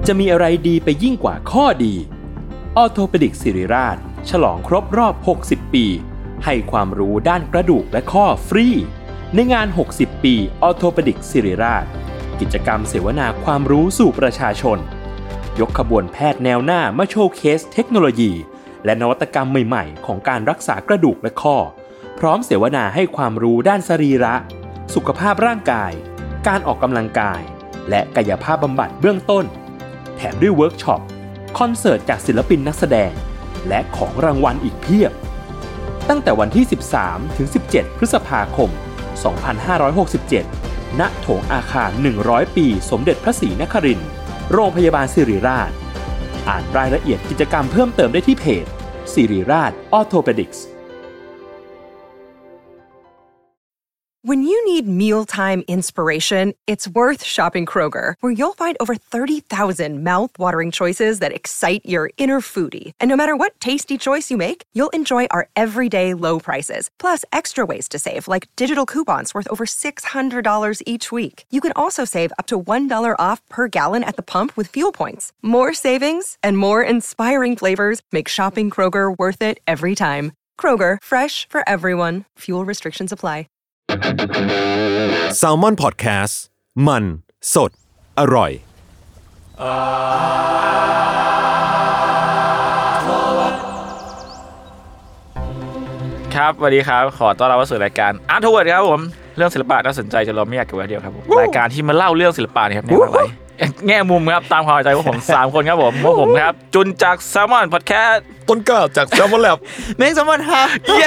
จะมีอะไรดีไปยิ่งกว่าข้อดีออร์โธเปดิกศิริราชฉลองครบรอบ60ปีให้ความรู้ด้านกระดูกและข้อฟรีในงาน60ปีออร์โธเปดิกศิริราชกิจกรรมเสวนาความรู้สู่ประชาชนยกขบวนแพทย์แนวหน้ามาโชว์เคสเทคโนโลยีและนวัตกรรมใหม่ๆของการรักษากระดูกและข้อพร้อมเสวนาให้ความรู้ด้านสรีระสุขภาพร่างกายการออกกำลังกายและกายภาพบำบัดเบื้องต้นแถมด้วยเวิร์กช็อปคอนเสิร์ตจากศิลปินนักแสดงและของรางวัลอีกเพียบตั้งแต่วันที่ 13 ถึง 17 พฤษภาคม 2567 ณ โถงอาคาร 100 ปีสมเด็จพระศรีนครินทร์โรงพยาบาลศิริราชอ่านรายละเอียดกิจกรรมเพิ่มเติมได้ที่เพจศิริราชออร์โธเปดิกส์ When you need mealtime inspiration, it's worth shopping Kroger, where you'll find over 30,000 mouth-watering choices that excite your inner foodie. And no matter what tasty choice you make, you'll enjoy our everyday low prices, plus extra ways to save, like digital coupons worth over $600 each week. You can also save up to $1 off per gallon at the pump with fuel points. More savings and more inspiring flavors make shopping Kroger worth it every time. Kroger, fresh for everyone. Fuel restrictions apply. Salmon Podcast มันสดอร่อยครับสวัสดีครับขอต้อนรับเข้าสู่รายการ Art Toward ครับผมเรื่องศิลปะน่าสนใจจนเราไม่อยากเก็บไว้เดียวครับผมรายการที่มาเล่าเรื่องศิลปะนะครับในหลากหลายแง่มุมครับตามความเข้าใจของผม3คนครับผมพวกผมครับจุนจาก Salmon Podcast ต้นกล้าจาก Salmon Lab เมฆ Salmon ฮะเย้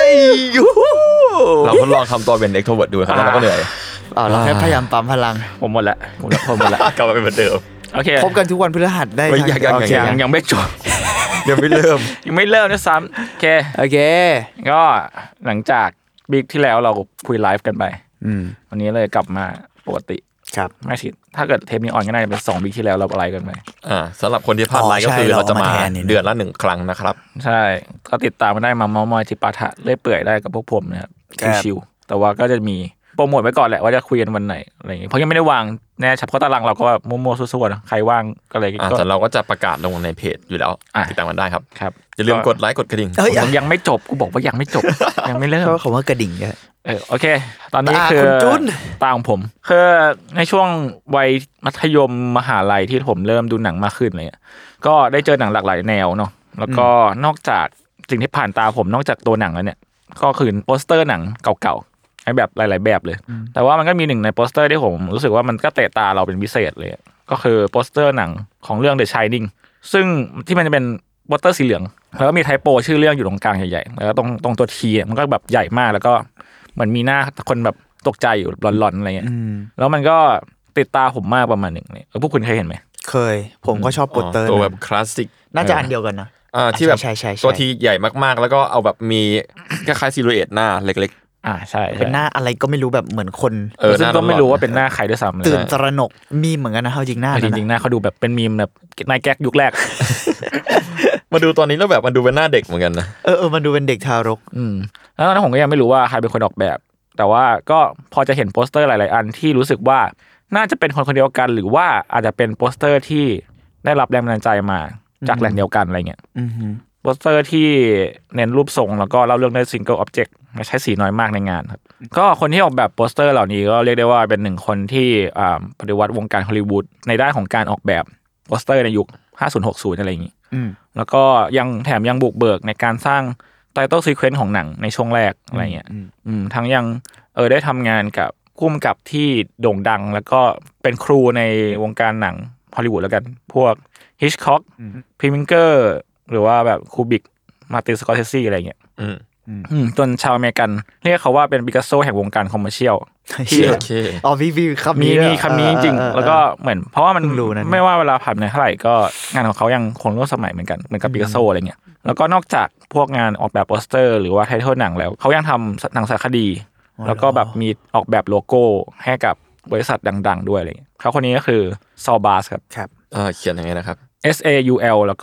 เราทดลองทำตัวเป็น extrovert ดูครับแล้วเราก็เหนื่อยเราแค่พยายามปั๊มพลังผมหมดแล้วกลับมาเป็นเหมือนเดิมโอเคพบกันทุกวันพฤหัสได้ยังไม่จบยังไม่เริ่มด้วยซ้ำโอเคก็หลังจากบิ๊กที่แล้วเราคุยไลฟ์กันไปวันนี้เลยกลับมาปกติครับไม่สิถ้าเกิดเทปนี้ออนก็น่าจะเป็น2บิ๊กที่แล้วเราไลฟ์กันไปสำหรับคนที่พลาดไลฟ์ก็คือเราจะมาเดือนละ1ครั้งนะครับใช่ก็ติดตามมาได้มาเม้ามอยจิปาถะเล่อยเปื่อยได้กับพวกผมนะครับชิวๆแต่ว่าก็จะมีโปรโมทไว้ก่อนแหละว่าจะคุยกันวันไหนอะไรอย่างเงี้ยเพราะยังไม่ได้วางแน่ชัดเพราะตารางเราก็มั่วๆซั่วๆนะใครว่างก็เลยแต่เราก็จะประกาศลงในเพจอยู่แล้วติดตามกันได้ครับอย่าลืมกดไลค์กดกระดิ่งยังไม่จบกูบอกว่ายังไม่จบยังไม่เริ่มก็คำว่ากระดิ่งเนี่ยโอเคตอนนี้คือตาของผมคือในช่วงวัยมัธยมมหาลัยที่ผมเริ่มดูหนังมากขึ้นอะไรเงี้ยก็ได้เจอหนังหลากหลายแนวเนาะแล้วก็นอกจากสิ่งที่ผ่านตาผมนอกจากตัวหนังแล้วเนี่ยก็คือโปสเตอร์หนังเก่าๆให้แบบหลายๆแบบเลยแต่ว่ามันก็มีหนึ่งในโปสเตอร์ที่ผมรู้สึกว่ามันก็เตะตาเราเป็นพิเศษเลยก็คือโปสเตอร์หนังของเรื่อง The Shining ซึ่งที่มันจะเป็นโปสเตอร์สีเหลืองแล้วก็มีไทโปชื่อเรื่องอยู่ตรงกลางใหญ่ๆแล้วตรงตัว T มันก็แบบใหญ่มากแล้วก็เหมือนมีหน้าคนแบบตกใจอยู่หลอนๆอะไรเงี้ยแล้วมันก็ติดตาผมมากประมาณนึงพวกคุณเคยเห็นไหมเคยผมก็ชอบโปสเตอร์ตัวแบบคลาสสิกน่าจะอันเดียวกันนะที่แบบตัวทีใหญ่มากๆแล้วก็เอาแบบมีคล้ายๆซิลูเอตหน้าเล็กๆใช่เป็นหน้าอะไรก็ไม่รู้แบบเหมือนคนซึ่งก็ไม่รู้ว่าเป็นหน้าใครด้วยซ้ำตื่นตระหนกมีเหมือนกันนะเขาจริงหน้าเขาดูแบบเป็นมีมแบบนายแก๊กยุคแรกมาดูตอนนี้แล้วแบบมันดูเป็นหน้าเด็กเหมือนกันนะมันดูเป็นเด็กทารกแล้วตอนนั้นผมก็ยังไม่รู้ว่าใครเป็นคนออกแบบแต่ว่าก็พอจะเห็นโปสเตอร์หลายๆอันที่รู้สึกว่าน่าจะเป็นคนเดียวกันหรือว่าอาจจะเป็นโปสเตอร์ที่ได้รับแรงบันดาลใจมาจากแหล่งเดียวกันอะไรเงี้ยโปสเตอร์ที่เน้นรูปทรงแล้วก็เล่าเรื่องด้วยซิงเกิลออบเจกต์ใช้สีน้อยมากในงานครับก็คนที่ออกแบบโปสเตอร์เหล่านี้ก็เรียกได้ว่าเป็นหนึ่งคนที่ปฏิวัติวงการฮอลลีวูดในด้านของการออกแบบโปสเตอร์ในยุค50-60อะไรอย่างงี้แล้วก็ยังบุกเบิกในการสร้างไตเติ้ลซีเควนซ์ของหนังในช่วงแรกอะไรเงี้ยทั้งยังได้ทำงานกับผู้กำกับที่โด่งดังแล้วก็เป็นครูในวงการหนังฮอลลีวูดแล้วกันพวกฮิชค็อกพรีมิงเกอร์หรือว่าแบบคูบิกมาร์ตินสกอร์เซซีอะไรเงี้ยจนชาวอเมริกันเรียกเขาว่าเป็นปิกัสโซแห่งวงการคอมเมอร์เชียลที่มีคำนี้จริงๆแล้วก็เหมือนเพราะว่ามันไม่ว่าเวลาผ่านไปเท่าไหร่ก็งานของเขายังคงร่วมสมัยเหมือนกับปิกัสโซอะไรเงี้ยแล้วก็นอกจากพวกงานออกแบบโปสเตอร์หรือว่าไทเทิลหนังแล้วเขายังทำหนังสารคดีแล้วก็แบบมีออกแบบโลโก้ให้กับบริษัทดังๆด้วยอะไรเงี้ยเขาคนนี้ก็คือซอลบาสครับเขียนยังไงนะครับ SAUL แล้วก็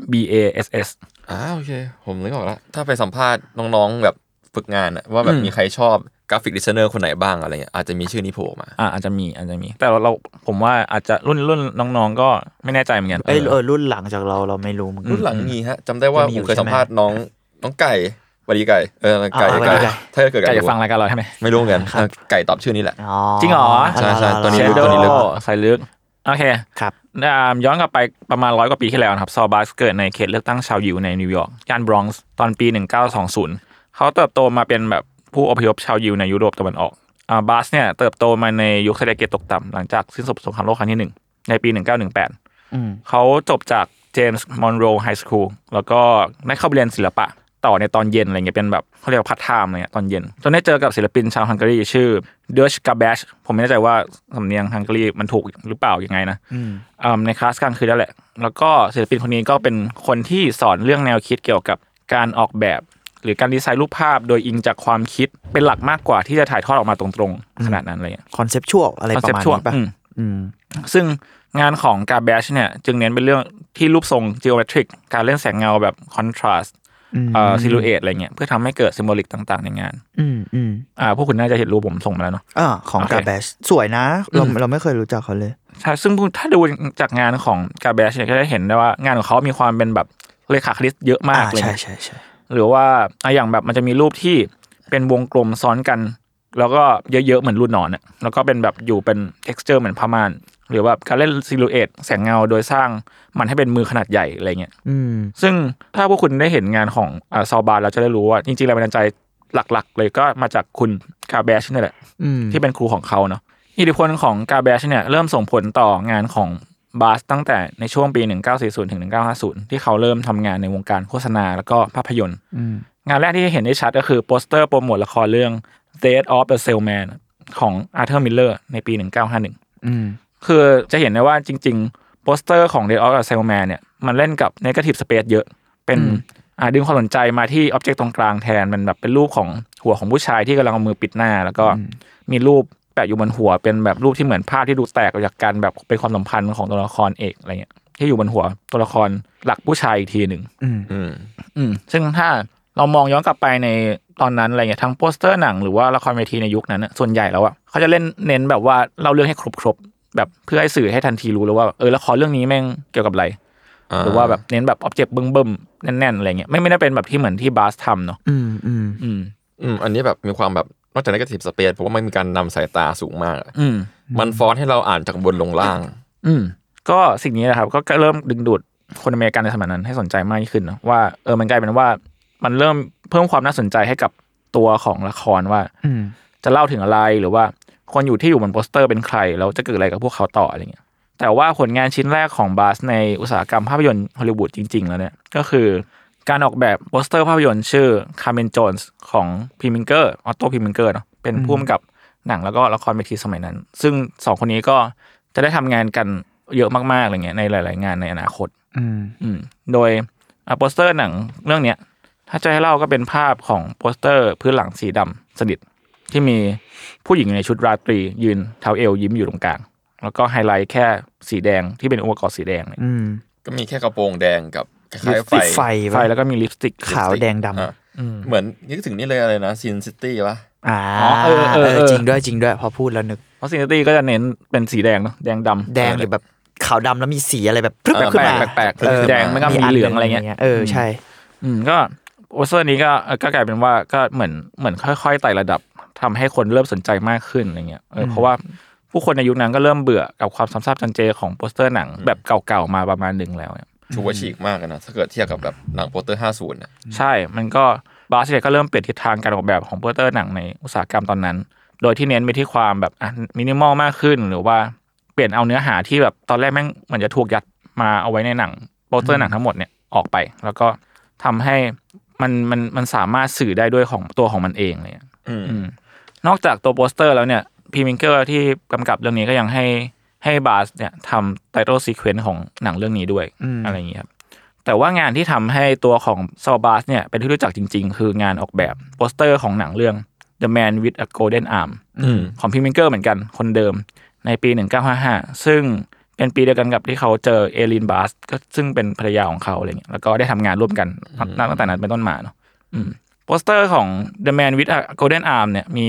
BASS โอเคผมนึกออกแล้วถ้าไปสัมภาษณ์น้องๆแบบฝึกงานว่าแบบมีใครชอบกราฟิกดีไซเนอร์คนไหนบ้างอะไรเงี้ยอาจจะมีชื่อนี้โผล่มาอาจจะมีแต่เราผมว่าอาจจะรุ่นน้องๆก็ไม่แน่ใจเหมือนกันรุ่นหลังจากเราไม่รู้มึงรุ่นหลังมีฮะจำได้ว่าผมเคยสัมภาษณ์น้องไก่วลีไก่ไก่ถ้าเกิดไก่จะฟังรายการเราใช่ไหมไม่รู้เหมือนกันไก่ตอบชื่อนี้แหละจริงเหรอใช่ตัวนี้ลึกใส่ลึกโอเคครับย้อนกลับไปประมาณ100 กว่าปีที่แล้วครับซอบาสเกิดในเขตเลือกตั้งชาวยิวในนิวยอร์กย่านบรอนซ์ตอนปี1920เขาเติบโตมาเป็นแบบผู้อพยพชาวยิวในยุโรปตะวันออกบาสเนี่ยเติบโตมาในยุคเศรษฐกิจตกต่ำหลังจากสิ้นสุดสงครามโลกครั้งที่1ในปี1918เขาจบจากเจมส์มอนโรไฮสคูลแล้วก็ได้เข้าไปเรียนศิลปะต่อในตอนเย็นอะไรเงี้ยเป็นแบบเขาเรียกว่าพาร์ทไทม์อะไรเงี้ยตอนเย็นจนได้เจอกับศิลปินชาวฮังการีชื่อเดอร์ชกาแบชผมไม่แน่ใจว่าสำเนียงฮังการีมันถูกหรือเปล่ายังไงนะในคลาสกลางคืนนั่นแหละแล้วก็ศิลปินคนนี้ก็เป็นคนที่สอนเรื่องแนวคิดเกี่ยวกับการออกแบบหรือการดีไซน์รูปภาพโดยอิงจากความคิดเป็นหลักมากกว่าที่จะถ่ายทอดออกมาตรงๆขนาดนั้นเลยคอนเซปชวลอะไรประมาณนี้ป่ะซึ่งงานของกาแบชเนี่ยจึงเน้นเป็นเรื่องที่รูปทรง geometric การเล่นแสงเงาแบบ contrastซิลูเอทอะไรเงี้ยเพื่อทำให้เกิดซิมโบลิกต่างๆในงานพวกคุณน่าจะเห็นรูปผมส่งมาแล้วเนาะของกาแบชสวยนะเราไม่เคยรู้จักเขาเลยใช่ซึ่งถ้าดูจากงานของกาแบชเนี่ยก็จะเห็นได้ว่างานของเขามีความเป็นแบบเลขาคณิตเยอะมากเลยใช่หรือว่าอย่างแบบมันจะมีรูปที่เป็นวงกลมซ้อนกันแล้วก็เยอะๆเหมือนรูปหนอนอ่ะแล้วก็เป็นแบบอยู่เป็น texture เหมือนผ้าม่านหรือว่าการเล่นซิลูเอทแสงเงาโดยสร้างมันให้เป็นมือขนาดใหญ่อะไรเงี้ยซึ่งถ้าพวกคุณได้เห็นงานของซาวบาร์เราจะได้รู้ว่าจริงๆแรงบันดาลใจหลักๆเลยก็มาจากคุณกาแบชนี่แหละที่เป็นครูของเขาเนาะอิทธิพลของกาแบชเนี่ยเริ่มส่งผลต่องานของบาสตั้งแต่ในช่วงปี1940ถึง1950ที่เขาเริ่มทำงานในวงการโฆษณาแล้วก็ภาพยนตร์งานแรกที่เห็นได้ชัดก็คือโปสเตอร์โปรโมทละครเรื่อง Death of the Salesman ของอาร์เธอร์มิลเลอร์ในปี1951คือจะเห็นได้ว่าจริงๆโปสเตอร์ของ Death of the Salesman เนี่ยมันเล่นกับ Negative Space เยอะเป็นดึงความสนใจมาที่อ็อบเจกต์ตรงกลางแทนมันแบบเป็นรูปของหัวของผู้ชายที่กำลังเอามือปิดหน้าแล้วก็มีรูปแปะอยู่บนหัวเป็นแบบรูปที่เหมือนภาพที่ดูแตกออกจากกันแบบเป็นความสัมพันธ์ของตัวละครเอกอะไรเงี้ยที่อยู่บนหัวตัวละครหลักผู้ชายอีกทีนึงซึ่งถ้าเรามองย้อนกลับไปในตอนนั้นอะไรเงี้ยทั้งโปสเตอร์หนังหรือว่าละครเวทีในยุคนั้นส่วนใหญ่แล้วอ่ะเขาจะเน้นแบบว่าเล่าเรื่องให้ครบแบบเพื่อให้สื่อให้ทันทีรู้เลยว่าละครเรื่องนี้แม่งเกี่ยวกับอะไรหรือว่าแบบเน้นแบบออบเจกต์บึ้มๆแน่นๆอะไรเงี้ยไม่ได้เป็นแบบที่เหมือนที่บาสทำเนาะอันนี้แบบมีความแบบนอกจาก negative space ผมว่ามันมีการนำสายตาสูงมากมันฟอร์สให้เราอ่านจากบนลงล่างก็สิ่งนี้นะครับก็เริ่มดึงดูดคนอเมริกันในสมัยนั้นให้สนใจมากขึ้นนะว่ามันกลายเป็นว่ามันเริ่มเพิ่มความน่าสนใจให้กับตัวของละครว่าจะเล่าถึงอะไรหรือว่าคนอยู่ที่อยู่บนโปสเตอร์เป็นใครแล้วจะเกิดอะไรกับพวกเขาต่ออะไรเงี้ยแต่ว่าผลงานชิ้นแรกของบาสในอุตสาหกรรมภาพยนตร์ฮอลลีวูดจริงๆแล้วเนี่ยก็คือการออกแบบโปสเตอร์ภาพยนตร์ชื่อคาร์เมนโจนส์ของพรีมิงเกอร์ออตโต้พรีมิงเกอร์เนาะเป็นผู้กำกับหนังแล้วก็ละครเวทีสมัยนั้นซึ่ง2คนนี้ก็จะได้ทำงานกันเยอะมากๆอะไรเงี้ยในหลายๆงานในอนาคตโดยโปสเตอร์หนังเรื่องเนี้ยถ้าจะให้เล่าก็เป็นภาพของโปสเตอร์พื้นหลังสีดำสนิทที่มีผู้หญิงในชุดราตรียืนเท้าเอวยิ้มอยู่ตรงกลางแล้วก็ไฮไลท์แค่สีแดงที่เป็นองค์ประกอบสีแดงก็มีแค่กระโปรงแดงกับคล้ายไฟแล้วก็มีลิปสติกขาวแดงดำเหมือนนึกถึงนี่เลยอะไรนะซินซิตี้ป่ะจริงด้วยพอพูดแล้วนึกเพราะซินซิตี้ก็จะเน้นเป็นสีแดงเนาะแดงดำแดงหรือแบบขาวดำแล้วมีสีอะไรแบบพรึบขึ้นมาแปลกๆแดงมันก็มีเหลืองอะไรเงี้ยใช่ก็โอเซอร์นี้ก็กลายเป็นว่าก็เหมือนค่อยๆไต่ระดับทำให้คนเริ่มสนใจมากขึ้นอะไรเงี้ยเพราะว่าผู้คนในยุคนั้นก็เริ่มเบื่อกับความซ้ำซากจำเจของโปสเตอร์หนังแบบเก่าๆมาประมาณนึงแล้วถือว่าฉีกมากนะถ้าเกิดเทียบกับแบบหนังโปสเตอร์50น่ะใช่มันก็บาสก็เริ่มเปลี่ยนทิศทางการออกแบบของโปสเตอร์หนังในอุตสาหกรรมตอนนั้นโดยที่เน้นไปที่ความแบบมินิมอลมากขึ้นหรือว่าเปลี่ยนเอาเนื้อหาที่แบบตอนแรกแม่งเหมือนจะถูกยัดมาเอาไว้ในหนังโปสเตอร์หนังทั้งหมดเนี่ยออกไปแล้วก็ทำให้มันสามารถสื่อได้ด้วยของตัวของมันเองเลยนอกจากตัวโปสเตอร์แล้วเนี่ยพีมิงเกอร์ที่กำกับเรื่องนี้ก็ยังให้บาสเนี่ยทำไตเติลซีเควนซ์ของหนังเรื่องนี้ด้วยอะไรอย่างเงี้ยครับแต่ว่างานที่ทำให้ตัวของซอลบาสเนี่ยเป็นที่รู้จักจริงๆคืองานออกแบบโปสเตอร์ของหนังเรื่อง The Man with a Golden Arm ของพีมิงเกอร์เหมือนกันคนเดิมในปี1955ซึ่งเป็นปีเดียวกันกับที่เขาเจอเอลินบาสก็ซึ่งเป็นภรรยาของเขาอะไรเงี้ยแล้วก็ได้ทำงานร่วมกันตั้งแต่นั้นเป็นต้นมาเนาะโปสเตอร์ของ The Man with a Golden Arm เนี่ยมี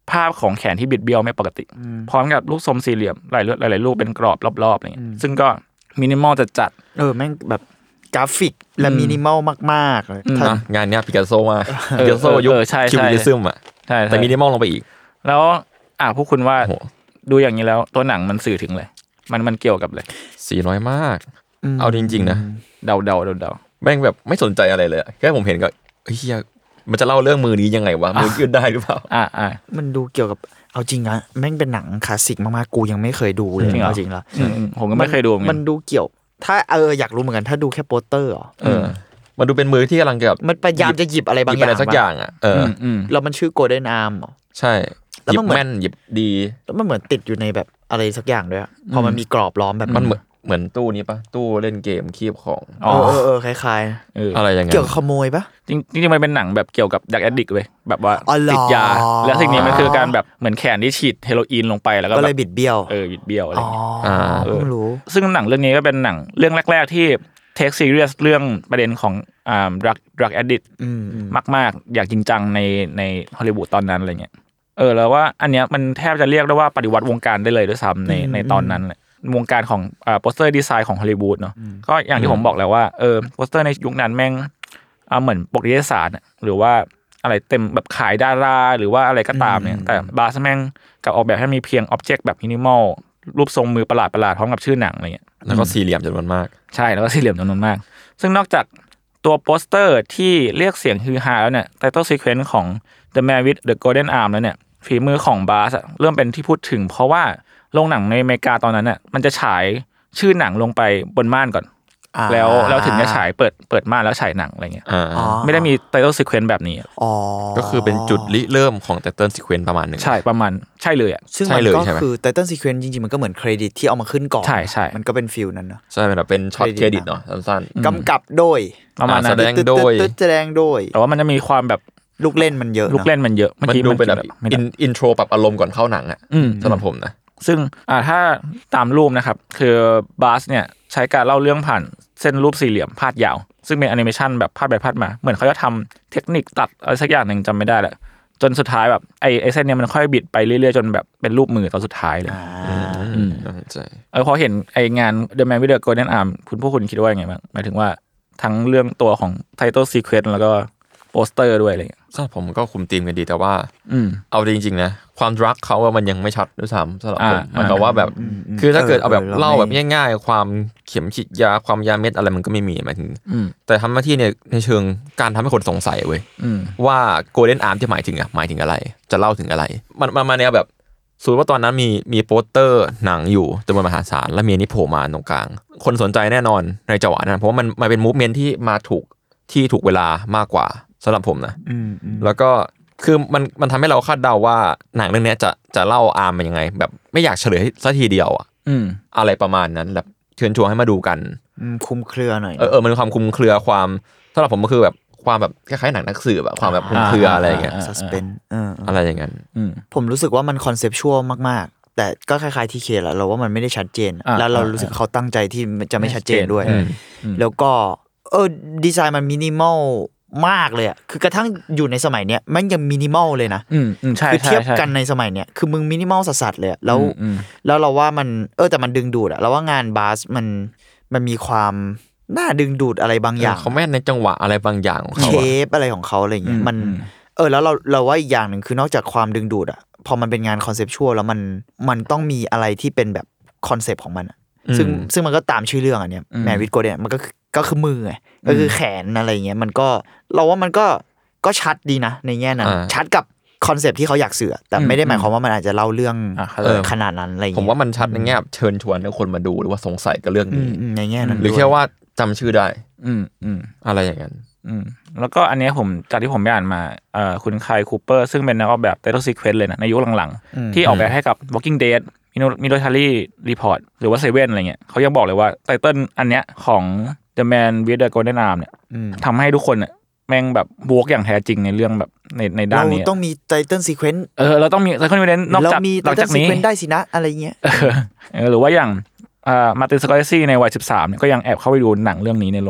ภาพของแขนที่บิดเบี้ยวไม่ปกติพร้อมกับรูปทรงสี่เหลี่ยมหลายรูปเป็นกรอบรอบๆอะไรเงี้ยซึ่งก็มินิมอลจัดแม่งแบบกราฟิกและมินิมอลมากๆเลยงานเนี้ยปิกัสโซมาปิกัสโซยุคคิวบิลิซึมอ่ะแต่มินิมอลลงไปอีกแล้วพวกคุณว่าดูอย่างนี้แล้วตัวหนังมันสื่อถึงเลยมันเกี่ยวกับเลย 400มากเอาจริงๆนะเดาแม่งแบบไม่สนใจอะไรเลยแค่ผมเห็นก็เฮียมันจะเล่าเรื่องมือนี้ยังไงวะมือยืดได้หรือเปล่ามันดูเกี่ยวกับเอาจริงนะแม่งเป็นหนังคลาสสิกมากๆกูยังไม่เคยดูเลยเอาจริงแล้วผมก็ไม่เคยดูมันดูเกี่ยวถ้าอยากรู้เหมือนกันถ้าดูแค่โปสเตอร์มันดูเป็นมือที่กำลังแบบมันพยายามจะหยิบอะไรบางอย่างสักอย่างแล้วมันชื่อ Golden Arm เหรอใช่หยิบแม่นหยิบดีแล้วมันเหมือนติดอยู่ในแบบอะไรสักอย่างด้วยพอมันมีกรอบล้อมแบบมันเหมือนตู้นี้ปะตู้เล่นเกมคีบของคล้ายๆอะไรอย่างเงี้ยเกี่ยวกับขโมยปะจริงๆมันเป็นหนังแบบเกี่ยวกับดักแอดดิกเว้ยแบบว่าติดยาแล้วสิ่งนี้มันคือการแบบเหมือนแขนที่ฉีดเฮโรอีนลงไปแล้วก็เลยบิดเบี้ยวบิดเบี้ยวอะไรอย่างเงี้ยไม่รู้ซึ่งหนังเรื่องนี้ก็เป็นหนังเรื่องแรกๆที่take serious เรื่องประเด็นของdrug addict มากๆอยากจริงจังในฮอลลีวูดตอนนั้นอะไรเงี้ยแล้วว่าอันเนี้ยมันแทบจะเรียกได้ว่าปฏิวัติวงการได้เลยด้วยซ้ำในตอนนั้นแหละวงการของโปสเตอร์ดีไซน์ของฮอลลีวูดเนาะก็อย่างที่ผมบอกแล้วว่าโปสเตอร์ในยุคนั้นแม่งเหมือนปกนิตยสารหรือว่าอะไรเต็มแบบขายดาราหรือว่าอะไรก็ตามเนี่ยแต่บาสแม่งกับออกแบบให้มีเพียงอ็อบเจกต์แบบมินิมอลรูปทรงมือประหลาดพร้อมกับชื่อหนังอะไรเงี้ยแล้วก็สี่เหลี่ยมจำนวนมากใช่แล้วก็สี่เหลี่ยมจำนวนมากซึ่งนอกจากตัวโปสเตอร์ที่เรียกเสียงฮือฮาแล้วเนี่ยไตเติ้ลซีเควนซ์ของ The Man with the Golden Arm แล้วเนี่ยฝีมือของบาสเริ่มเป็นที่พูดถึงเพราะว่าโรงหนังในอเมริกาตอนนั้นน่ะมันจะฉายชื่อหนังลงไปบนม่านก่อนแล้วถึงจะฉายเปิดม่านแล้วฉายหนังอะไรเงี้ยไม่ได้มีไตเติ้ลซีเควนซ์แบบนี้ก็คือเป็นจุดริเริ่มของไตเติ้ลซีเควนซ์ประมาณนึงใช่ประมาณใช่เลยอ่ะซึ่งมันก็คือไตเติ้ลซีเควนซ์จริงๆมันก็เหมือนเครดิตที่เอามาขึ้นก่อนใช่มันก็เป็นฟีลนั้นเนาะใช่เป็นช็อตเครดิตเนาะสั้นๆกำกับโดยประมาณนั้นแสดงโดยแต่ว่ามันจะมีความแบบลูกเล่นมันเยอะมันดูเป็นแบบอินโทรปรับอารมณ์ก่อนเข้าหนังอ่ะสำหรับผมนะซึ่งถ้าตามรูปนะครับคือบาสเนี่ยใช้การเล่าเรื่องผ่านเส้นรูปสี่เหลี่ยมพาดยาวซึ่งเป็นแอนิเมชันแบบพาดไปพาดมาเหมือนเขาจะทำเทคนิคตัดอะไรสักอย่างนึงจำไม่ได้แหละจนสุดท้ายแบบไอ้เส้นเนี้ยมันค่อยบิดไปเรื่อยๆจนแบบเป็นรูปมือตอนสุดท้ายเลยใช่พอเห็นไอ้งาน The Man with the Golden Arm พวกคุณคิดว่ายังไงบ้างหมายถึงว่าทั้งเรื่องตัวของ Title Sequence แล้วก็โปสเตอร์ด้วยอะไรอย่างเงี้ยผมก็คุมธีมกันดีแต่ว่าเอาจริงๆนะความดรักเขาว่ามันยังไม่ชัดด้วยซ้ำสำหรับผมมันก็ว่าแบบคือถ้าเกิดเอาแบบเล่าแบบง่ายๆความเข็มฉีดยาความยาเม็ดอะไรมันก็ไม่มีหมายถึงแต่ทำหน้าที่ในเชิงการทำให้คนสงสัยเว้ยว่าโกลเด้นอาร์มที่หมายถึงอะไรจะเล่าถึงอะไรมันมาแนวแบบสมมติว่าตอนนั้นมีโปสเตอร์หนังอยู่จำนวนมหาศาลแล้วมีนี่โผล่มาตรงกลางคนสนใจแน่นอนในจังหวะนั้นเพราะว่ามันเป็นมูฟเมนท์ที่มาถูกที่ถูกเวลามากกว่าสำหรับผมนะแล้วก็คือมันทำให้เราคาดเดาว่าหนังเรื่องนี้จะเล่าอาร์มเป็นยังไงแบบไม่อยากเฉลยสักทีเดียวอะไรประมาณนั้นแบบเชิญชวนให้มาดูกันคุมเครือหน่อยมันความคุมเครือความสำหรับผมก็คือแบบความแบบคล้ายๆหนังนักสืบแบบความแบบคุมเครืออะไรอย่างเงี้ยซัสเพนส์อะไรอย่างเงี้ยผมรู้สึกว่ามันคอนเซปชวลมากๆแต่ก็คล้ายๆที่เคแหละเราว่ามันไม่ได้ชัดเจนแล้วเรารู้สึกเขาตั้งใจที่จะไม่ชัดเจนด้วยแล้วก็ดีไซน์มันมินิมอลมากเลยอ่ะคือกระทั่งอยู่ในสมัยเนี้ยมันยังมินิมอลเลยนะคือเทียบกันในสมัยเนี้ยคือมึงมินิมอลสัสๆเลยแล้วเราว่ามันแต่มันดึงดูดอ่ะเราว่างานบาสมันมีความน่าดึงดูดอะไรบางอย่างเขาแม่นในจังหวะอะไรบางอย่างของเขาเชฟอะไรของเขาอะไรเงี้ยมันแล้วเราว่าอีกอย่างนึงคือนอกจากความดึงดูดอ่ะพอมันเป็นงานคอนเซปชวลแล้วมันต้องมีอะไรที่เป็นแบบคอนเซปต์ของมันซึ่งมันก็ตามชื่อเรื่องอันเนี้ยแมนวิดโกลเด้นมันก็คือมือไงก็คือแขนอะไรอย่างเงี้ยมันก็เราว่ามันก็ชัดดีนะในแง่นั้นชัดกับคอนเซปต์ที่เขาอยากสื่อแต่ไม่ได้หมายความว่ามันอาจจะเล่าเรื่องขนาดนั้นอะไรอย่างเงี้ยผมว่ามันชัดในแง่เชิญชวนให้คนมาดูหรือว่าสงสัยกับเรื่องนี้ในแง่นั้นหรือแค่ว่าจำชื่อได้อะไรอย่างนั้นแล้วก็อันนี้ผมจากที่ผมไปอ่านมาคุณไคลคูเปอร์ซึ่งเป็นนักออกแบบ Title Sequence เลยนะในยุคหลังๆที่ออกแบบให้กับ Walking Dead Minority Report หรือว่า Seven อะไรเงี้ยเขายังบอกเลยว่าไตเติ้ลอันเนี้ยของ The Man with the Golden Arm เนี่ยทำให้ทุกคนเนี่ยแม่งแบบบวกอย่างแท้จริงในเรื่องแบบในด้านนี้เราต้องมีไตเติ้ลซีเควนซ์เราต้องมีไตเติ้ลซีเควนซ์นอกจากหลังจากนี้ได้สินะอะไรเงี้ยหรือว่าอย่างมาร์ตินสกอร์เซซีในวัย13เนี่ยก็ยังแอบเข้าไปดูหนังเรื่องนี้ในโรง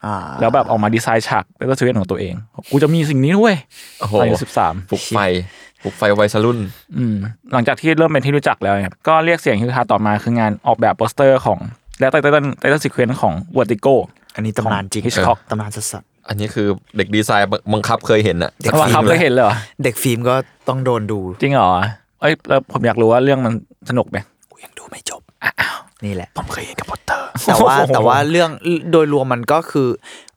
แล้วแบบออกมาดีไซน์ฉากแล้วก็ชีวิตของตัวเองกูจะมีสิ่งนี้ด้วยอายุ13 ปลุกไฟวัยรุ่นหลังจากที่เริ่มเป็นที่รู้จักแล้วครับก็เรียกเสียงฮือฮาต่อมาคืองานออกแบบโปสเตอร์ของและไตเติ้ลซีเควนซ์ของ Vertigo อันนี้ตำนานจริงตำนานสัสๆอันนี้คือเด็กดีไซน์บังคับเคยเห็นน่ะบังคับเคยเห็นเลยเหรอเด็กฟิล์มก็ต้องโดนดูจริงเหรอแล้วผมอยากรู้ว่าเรื่องมันสนุกมั้ยกูยังดูไม่จบนี่แหละผมเคยเห็นกับโปสเตอร์แต่ว่าเรื่องโดยรวมมันก็คือ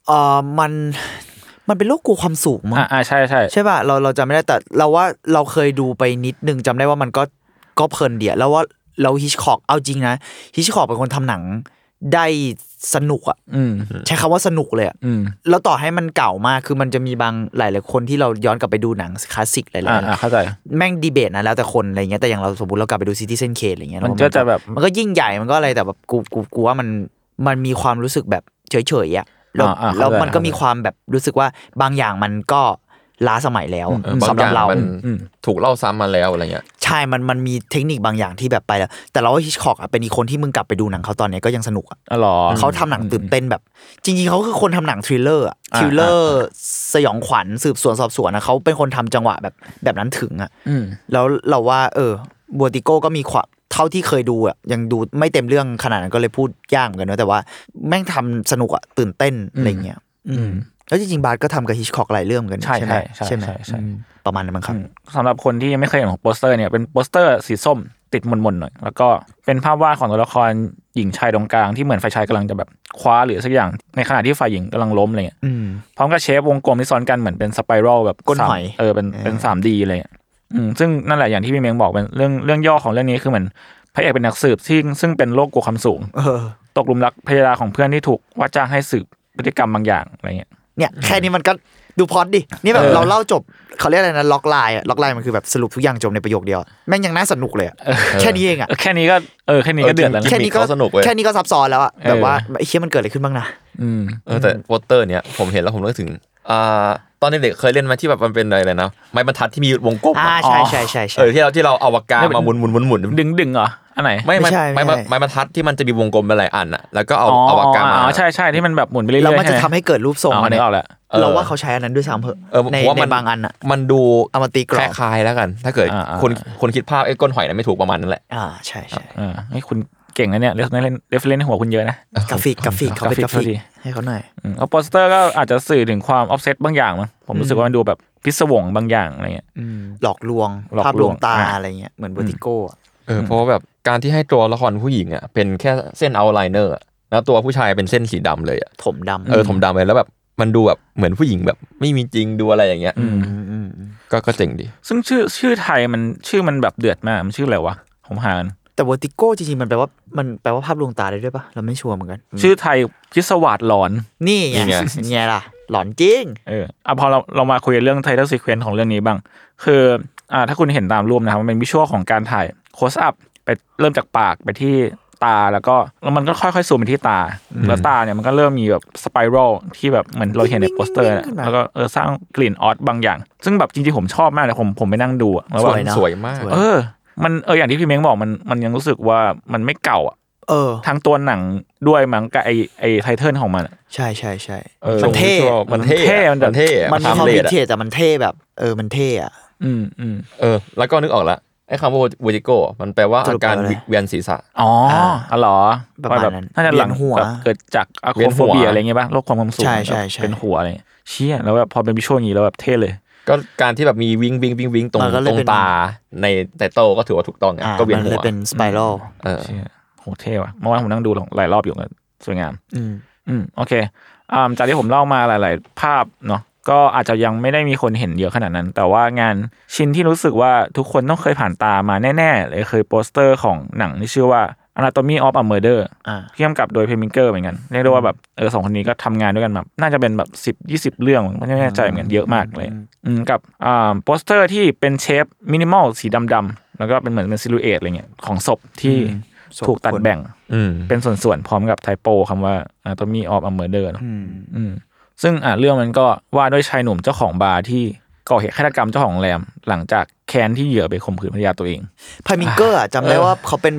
มันเป็นโลกกลัวความสูงมั้งใช่ใช่ป่ะเราจำไม่ได้แต่เราว่าเราเคยดูไปนิดนึงจำได้ว่ามันก็เพลินเดียแล้วว่าเราฮิชคอกเอาจริงนะฮิชคอกเป็นคนทำหนังได้สนุกอ่ะใช้คำว่าสนุกเลยอ่ะแล้วต่อให้มันเก่ามากคือมันจะมีบางหลายๆคนที่เราย้อนกลับไปดูหนังคลาสสิกอะไรเข้าใจแม่งดีเบตนะแล้วแต่คนอะไรเงี้ยแต่อย่างเราสมมุติเรากลับไปดู Citizen Kane อะไรเงี้ยมันก็จะแบบมันก็ยิ่งใหญ่มันก็อะไรแต่แบบกูว่ามันมีความรู้สึกแบบเฉยๆอ่ะแล้วมันก็มีความแบบรู้สึกว่าบางอย่างมันก็ล้าสมัยแล้วสำหรับเราถูกเล่าซ้ำมาแล้วอะไรเงี้ยใช่มันมีเทคนิคบางอย่างที่แบบไปแล้วแต่เราว่าฮิชคอกอ่ะเป็นอีกคนที่มึงกลับไปดูหนังเขาตอนนี้ก็ยังสนุกอ่ะเขาทำหนังตื่นเต้นแบบจริงๆเขาคือคนทำหนังทริลเลอร์อ่ะทริลเลอร์สยองขวัญสืบสวนสอบสวนนะเขาเป็นคนทำจังหวะแบบนั้นถึงอ่ะแล้วเราว่าบัวติโก้ก็มีความเท่าที่เคยดูอ่ะยังดูไม่เต็มเรื่องขนาดนั้นก็เลยพูดยากเหมือนกันนะแต่ว่าแม่งทำสนุกอ่ะตื่นเต้นอะไรเงี้ยแล้วจริงๆบาร์ก็ทำกับฮิชคอกหลายเรื่องเหมือนกันใช่ไหมประมาณนั้นมั้งครับสำหรับคนที่ยังไม่เคยเห็นของโปสเตอร์เนี่ยเป็นโปสเตอร์สีส้มติดมนๆหน่อยแล้วก็เป็นภาพวาดของตัวละครหญิงชายตรงกลางที่เหมือนฝ่ายชายกำลังจะแบบคว้าหรือสักอย่างในขณะที่ฝ่ายหญิงกำลังล้มอะไรเงี้ยพร้อมกับเชฟวงกลมที่ซ้อนกันเหมือนเป็นสไปรัลแบบก้นหอยเป็น 3D อะไรเงี้ยซึ่งนั่นแหละอย่างที่พี่เมงบอกเป็นเรื่องย่อของเรื่องนี้คือเหมือนพระเอกเป็นนักสืบซึ่งเป็นโรคกลัวความสูงตกหลุมรักภรรยาของเพื่อนที่ถูกว่าจ้างให้สืบพฤติกรรมบางอย่างอะไรเงี้ยเนี่ยแค่นี้มันก็ดูพอดดินี่แบบเราเล่าจบเขาเรียกอะไรนะล็อกไลน์มันคือแบบสรุปทุกอย่างจบในประโยคเดียวแม่งยังน่าสนุกเลยแค่นี้เองอ่ะแค่นี้ก็แค่นี้ก็เดือดแล้วแค่นี้ก็สนุกเลยแค่นี้ก็ซับซ้อนแล้วอ่ะแบบว่าไอ้เหี้ยมันเกิดอะไรขึ้นบ้างนะแต่โปสเตอร์เนี้ยผมเห็นแล้วผมนึกถึงตอนเด็กเคยเล่นมาที่แบบมันเป็นอะไรนะไม้บรรทัดที่มีวงกลมใช่ที่เราเอาปากกามาหมุนดึงเหรออันไหนไม่ไม้บรรทัดที่มันจะมีวงกลมหลายอันอ่ะแล้วก็เอาปากกามาใช่ที่มันแบบหมุนไปเรื่อยๆแล้วมันจะทำให้เกิดรูปทรงอันนี้ออกแล้วเราว่าเขาใช้อันนั้นด้วยซ้ำเหอะในบางอันอ่ะมันดูเอามาตีกรอบคล้ายๆแล้วกันถ้าเกิดคนคิดภาพไอ้ก้นหอยนั้นไม่ถูกประมาณนั้นแหละใช่ให้คุณเก่งนะเนี่ยเล่นในหัวคุณเยอะนะกราฟิกเขาเป็นกราฟิกให้เขาหน่อยแล้วโปสเตอร์ก็อาจจะสื่อถึงความออฟเซตบางอย่างมั้งผมรู้สึกว่ามันดูแบบพิศวงบางอย่างอะไรเงี้ยหลอกลวงภาพลวงตาอะไรเงี้ยเหมือนเวอร์ติโก้เพราะว่าแบบการที่ให้ตัวละครผู้หญิงอ่ะเป็นแค่เส้นเอาท์ไลเนอร์แล้วตัวผู้ชายเป็นเส้นสีดำเลยอ่ะถมดำถมดำเลยแล้วแบบมันดูแบบเหมือนผู้หญิงแบบไม่มีจริงดูอะไรอย่างเงี้ยก็เจ๋งดีซึ่งชื่อไทยมันชื่อมันแบบเดือดมากมันชื่ออะไรวะผมหาแต่เวอร์ติโก้จริงๆมันแปลว่าภาพลวงตาได้ด้วยป่ะเราไม่ชัวร์เหมือนกันชื่อไทยพิศวาสหลอนนี่ไงล่ะหลอนจริงพอเรามาคุยเรื่องไทเทลซีเควนซ์ของเรื่องนี้บ้างคือถ้าคุณเห็นตามรูปนะครับมันเป็นวิชวลของการถ่ายโคสอัพไปเริ่มจากปากไปที่ตาแล้วมันก็ค่อยๆซูมไปที่ตาแล้วตาเนี่ยมันก็เริ่มมีแบบสไปรัลที่แบบเหมือนเราเห็นในโปสเตอร์แล้วก็สร้างกลิ่นออสบางอย่างซึ่งแบบจริงๆผมชอบมากเลยผมไปนั่งดูแล้วแบบสวยมากมันอย่างที่พี่เม้งบอกมันยังรู้สึกว่ามันไม่เก่าทั้งตัวหนังด้วยมั้งกับไอไทเทิลของมันใช่มันเท่มันเท่มันมีความวิเทศแต่มันเท่แบบมันเท่อะแล้วก็นึกออกละไอ้คำว่าเวอร์ติโก้มันแปลว่าอาการเวียนศีรษะเหรอประมาณนั้นน่าจะหลังหัวเกิดจากอะโคโฟเบียอะไรเงี้ยป่ะโรคความดันสูงเป็นหัวอะไรเชี่ยแล้วแบบพอเป็นวิชวลอย่างนี้แล้วแบบเท่เลยก็การที่แบบมีวิงตรงตาในไตเติ้ลก็ถือว่าถูกต้องก็เวียนหัวเป็นสไปรัลโหเท่ว่ะเมื่อวานผมนั่งดูหลายรอบอยู่สวยงามโอเคจากที่ผมเล่ามาหลายๆภาพเนาะก็อาจจะยังไม่ได้มีคนเห็นเยอะขนาดนั้นแต่ว่างานชิ้นที่รู้สึกว่าทุกคนต้องเคยผ่านตามาแน่ๆเลยเคยโปสเตอร์ของหนังที่ชื่อว่า Anatomy of a Murder ที่กำกับโดยเพมิงเกอร์เหมือนกันเรียกได้ว่าแบบสองคนนี้ก็ทำงานด้วยกันแบบน่าจะเป็นแบบ10-20 เรื่องไม่แน่ใจเหมือนกันเยอะมากเลยกับโปสเตอร์ที่เป็นเชฟมินิมอลสีดำๆแล้วก็เป็นเหมือนเป็นซิลูเอตอะไรเงี้ยของศพที่ถูกตัดแบ่งเป็นส่วนๆพร้อมกับไทโปคำว่า Anatomy of a Murder เนาะซึ่งเรื่องมันก็ว่าด้วยชายหนุ่มเจ้าของบาร์ที่ก่อเหตุฆาตกรรมเจ้าของโรงแรมหลังจากแค้นที่เหยื่อไปข่มขืนภรรยาตัวเองพามิงเกอร์จำได้ว่าเขาเป็นแบบ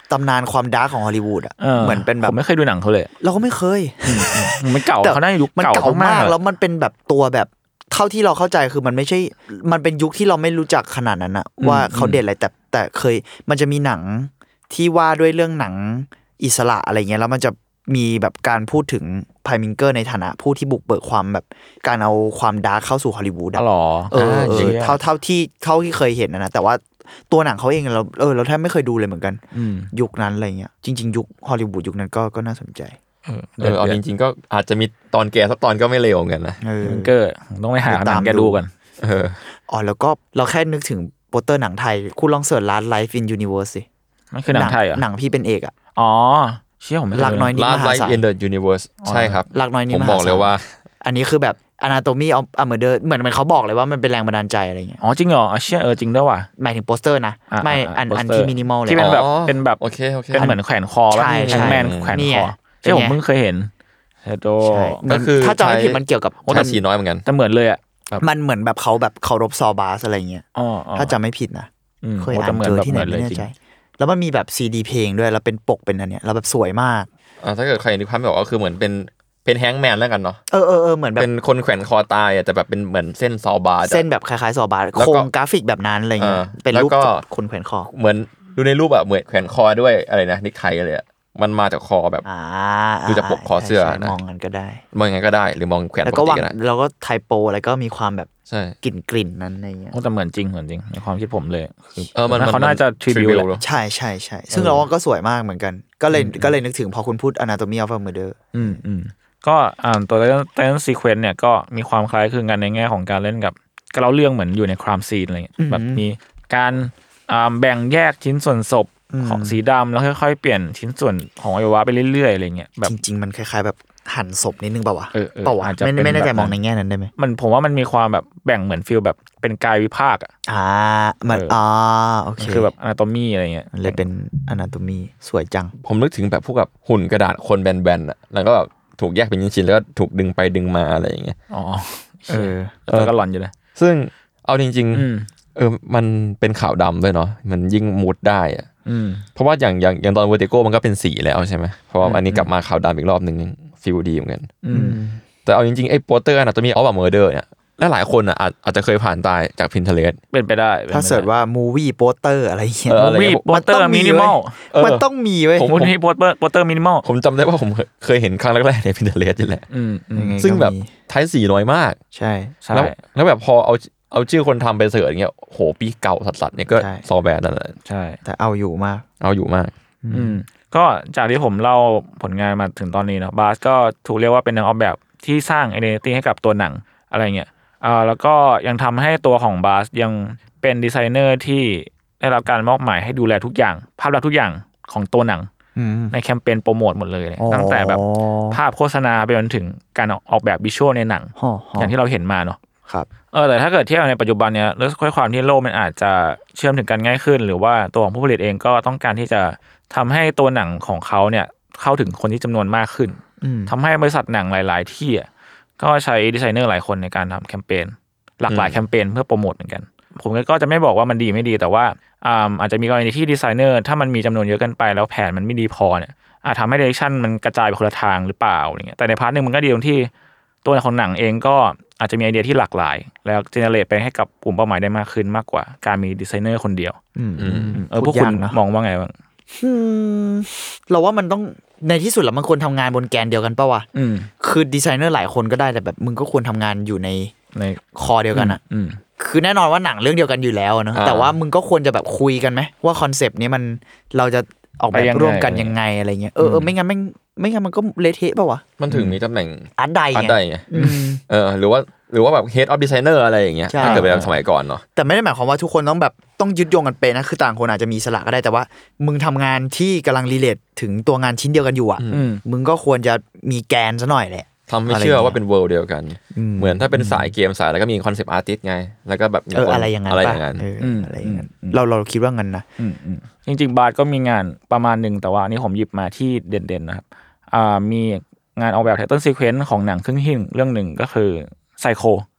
ตำนานความดาร์กของฮอลลีวูดอ่ะเหมือนเป็นแบบผมไม่เคยดูหนังเขาเลยเราก็ไม่เคยมันเก่าเขาได้ยุคเก่ามากแล้วมันเป็นแบบตัวแบบเท่าที่เราเข้าใจคือมันไม่ใช่มันเป็นยุคที่เราไม่รู้จักขนาดนั้นนะว่าเขาเด่นอะไรแต่เคยมันจะมีหนังที่ว่าด้วยเรื่องหนังอิสระอะไรเงี้ยแล้วมันจะมีแบบการพูดถึงไพมิงเกอร์ในฐานะผู้ที่บุกเบิกความแบบการเอาความดาร์กเข้าสู่ฮอลลีวูดอ่ะเท่าที่เคยเห็นนะแต่ว่าตัวหนังเขาเองเราแทบไม่เคยดูเลยเหมือนกันยุคนั้นอะไรเงี้ยจริงๆยุคฮอลลีวูดยุคนั้นก็น่าสนใจเอาจริงๆก็อาจจะมีตอนแกสักตอนก็ไม่เลวเหมือนกันนะก็ต้องไปหาหนังแกดูกันแล้วก็เราแค่นึกถึงโปสเตอร์หนังไทยคุณลองเสิร์ช Last Life in Universe สิมันคือหนังไทยเหรอหนังพี่เป็นเอกอ่ะเชื่อผมไม่รักน้อยนิดมหาศาล Last Life in the Universe ใช่ครับรักน้อยนิดมหาศาลผมบอกเลยว่าอันนี้คือแบบ Anatomy of a Murder เหมือนเขาบอกเลยว่ามันเป็นแรงบันดาลใจอะไรเงี้ยจริงเหรอเชื่อจริงด้วยว่ะหมายถึงโปสเตอร์นะไม่อันที่มินิมอลเลยที่เป็นแบบโอเคเป็นเหมือนแขวนคอป่ะแฮงแมนแขวนคอใช่ผมเพิ่งเคยเห็นก็คือถ้าจำไม่ผิดมันเกี่ยวกับภาษีน้อยเหมือนกันแต่เหมือนเลยอ่ะมันเหมือนแบบเขาแบบเคารพซอบาสอะไรเงี้ยถ้าจำไม่ผิดนะเคยอ่านเจอที่ไหนไม่แน่ใจแล้วมันมีแบบซีดีเพลงด้วยแล้วเป็นปกเป็นอันเนี้ยแล้วแบบสวยมากถ้าเกิดใครนึกภาพไม่ออกก็คือเหมือนเป็นแฮงแมนแล้วกันเนาะเหมือนแบบเป็นคนแขวนคอตายแต่แบบเป็นเหมือนเส้นซอบาเส้นแบบคล้ายๆซอบาโครงกราฟิกแบบนั้นอะไรเงี้ยเป็นรูปคนแขวนคอเหมือนดูในรูปแบบเหมือนแขวนคอด้วยอะไรนะนิกไทอะไรอ่ะมันมาจากคอแบบดูจากปกคอเสื้อนะมองกันก็ได้มองยังไงก็ได้หรือมองแขวนปกติก็ได้แล้วก็ไทโปแล้วก็มีความแบบกลิ่นนั้นอะไรเงี้ยแต่เหมือนจริงในความคิดผมเลยมันเขาน่าจะทริบิวใช่ซึ่งเราก็สวยมากเหมือนกันก็เลยนึกถึงพอคุณพูด Anatomy of a Murder ก็ตัวเต้นซีเควนต์เนี่ยก็มีความคล้ายคลึงกันในแง่ของการเล่นกับเล่าเรื่องเหมือนอยู่ในครามซีนอะไรเงี้ยแบบมีการแบ่งแยกชิ้นส่วนศพของสีดำแล้วค่อยๆเปลี่ยนชิ้นส่วนของอวัยวะไปเรื่อยๆอะไรเงี้ยแบบจริงๆมันคล้ายๆแบบหั่นศพนิดนึงป่าววะไม่แน่ใจมองในแง่นั้นได้ไหมผมว่ามันมีความแบบแบ่งเหมือนฟีลแบบเป็นกายวิภาคมันโอเคคือแบบอนาโตมีอะไรเงี้ยเลยเป็นอนาโตมีสวยจังผมนึกถึงแบบพวกแบบหุ่นกระดาษคนแบนๆอ่ะแล้วก็แบบถูกแยกเป็นชิ้นๆแล้วก็ถูกดึงไปดึงมาอะไรอย่างเงี้ยแล้วก็หลอนอยู่เลยซึ่งเอาจริงๆมันเป็นขาวดำด้วยเนาะมันยิ่งมูดได้อ่ะเพราะว่าอย่างตอนเวอร์ติโก้มันก็เป็นสีแล้วใช่ไหมเพราะว่าอันนี้กลับมาขาวดำอีกรอบนึงฟีลดีเหมือนกันแต่เอาจริงๆไอ้โปสเตอร์Anatomy of a Murderเนี่ยหลายคนอ่ะอาจจะเคยผ่านตายจาก Pinterest เป็นไปได้ถ้าเสิร์ชว่า movie poster อะไรเงี้ย movie poster minimal มันต้องมีเว้ยผมมีโปสเตอร์ minimal ผมจำได้ว่าผมเคยเห็นครั้งแรกๆใน Pinterest นี่แหละซึ่งแบบใช้สีน้อยมากใช่แล้วแบบพอเอาชื่อคนทำไปเสิร์ชเงี้ยโหปีเก่าสัสๆเนี่ยก็ซอแบดนั่นแหละใช่แต่เอาอยู่มากก็จากที่ผมเล่าผลงานมาถึงตอนนี้นะบาสก็ถูกเรียกว่าเป็นนักออกแบบที่สร้าง identity ให้กับตัวหนังอะไรเงี้ยแล้วก็ยังทำให้ตัวของบาสยังเป็นดีไซเนอร์ที่ได้รับการมอบหมายให้ดูแลทุกอย่างภาพลักษณ์ทุกอย่างของตัวหนังในแคมเปญโปรโมทหมดเลยตั้งแต่แบบภาพโฆษณาไปจนถึงการออกแบบวิชวลในหนังอย่างที่เราเห็นมาเนาะครับแต่ถ้าเกิดเทียบในปัจจุบันเนี่ยด้วยความที่โลกมันอาจจะเชื่อมถึงกันง่ายขึ้นหรือว่าตัวของผู้ผลิตเองก็ต้องการที่จะทำให้ตัวหนังของเขาเนี่ยเข้าถึงคนที่จำนวนมากขึ้นทำให้บริษัทหนังหลายๆที่ก็ใช้ดีไซเนอร์หลายคนในการทำแคมเปญหลากหลายแคมเปญเพื่อโปรโมทเหมือนกันผมก็จะไม่บอกว่ามันดีไม่ดีแต่ว่าอาจจะมีกรณีที่ดีไซเนอร์ถ้ามันมีจำนวนเยอะเกินไปแล้วแผนมันไม่ดีพอเนี่ยอาจทำให้ดิเรกชันมันกระจายไปคนละทางหรือเปล่าอะไรเงี้ยแต่ในพาร์ทนึงมันก็ดีตรงที่ตัวของหนังเองก็อาจจะมีไอเดียที่หลากหลายแล้วเจเนเรตไปให้กับกลุ่มเป้าหมายได้มากขึ้นมากกว่าการมีดีไซเนอร์คนเดียวพวกคุณมองว่าไงบ้างเราว่ามันต้องในที่สุดแล้วมันควรทำงานบนแกนเดียวกันป่ะวะคือดีไซเนอร์หลายคนก็ได้แต่แบบมึงก็ควรทำงานอยู่ในคอเดียวกันอ่ะคือแน่นอนว่าหนังเรื่องเดียวกันอยู่แล้วนะแต่ว่ามึงก็ควรจะแบบคุยกันไหมว่าคอนเซปต์นี้มันเราจะออกแบบร่วมกันยังไงอะไรเงี้ยไม่งั้นมันก็เละเทะป่ะวะมันถึงมีตำแหน่งอาร์ตไดไงหรือว่าแบบ head of designer อะไรอย่างเงี้ยถ้าเกิดเป็นสมัยก่อนเนาะแต่ไม่ได้หมายความว่าทุกคนต้องยึดโยงกันเป็นนะคือต่างคนอาจจะมีสละก็ได้แต่ว่ามึงทำงานที่กำลังรีเลทถึงตัวงานชิ้นเดียวกันอยู่อ่ะมึงก็ควรจะมีแกนซะหน่อยแหละทำให้เชื่อว่าเป็น world เดียวกันเหมือนถ้าเป็นสายเกมสายแล้วก็มี concept artist ไงแล้วก็แบบมีคนอะไรอย่างนั้นเราคิดว่างั้นนะจริงๆบาสก็มีงานประมาณนึงแต่ว่านี่ผมหยิบมาที่เด่นๆนะครับมีงานออกแบบ title sequence ของหนังครึ่งหิ่งเรื่องนึงก็คือ Psycho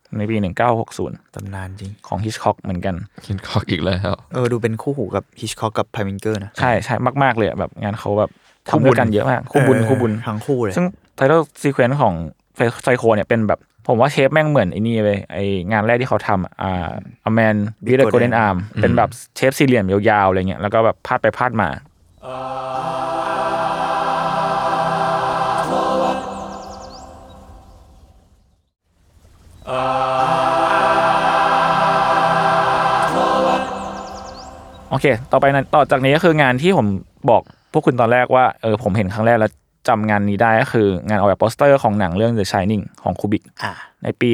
ในปี1960 ตำนานจริงของฮิชคอกเหมือนกันฮิชคอกอีกแล้วดูเป็นคู่หูกับฮิชคอกกับไพมิงเกอร์นะใช่ๆมากๆเลยแบบงานเขาแบบทำด้วยกันเยอะมากคู่บุญทั้งคู่เลยซึ่งไทเทลซีเควนซ์ของไซโคเนี่ยเป็นแบบผมว่าเชฟแม่งเหมือนไอ้นี่เลยไองานแรกที่เขาทำA Man with a Golden Arm เป็นแบบเชฟสี่เหลี่ยมยาวๆอะไรเงี้ยแล้วก็แบบพาดไปพาดมาโอเคต่อจากนี้ก็คืองานที่ผมบอกพวกคุณตอนแรกว่าผมเห็นครั้งแรกแล้วจำงานนี้ได้ก็คืองานออกแบบโปสเตอร์ของหนังเรื่อง The Shining ของคูบิกในปี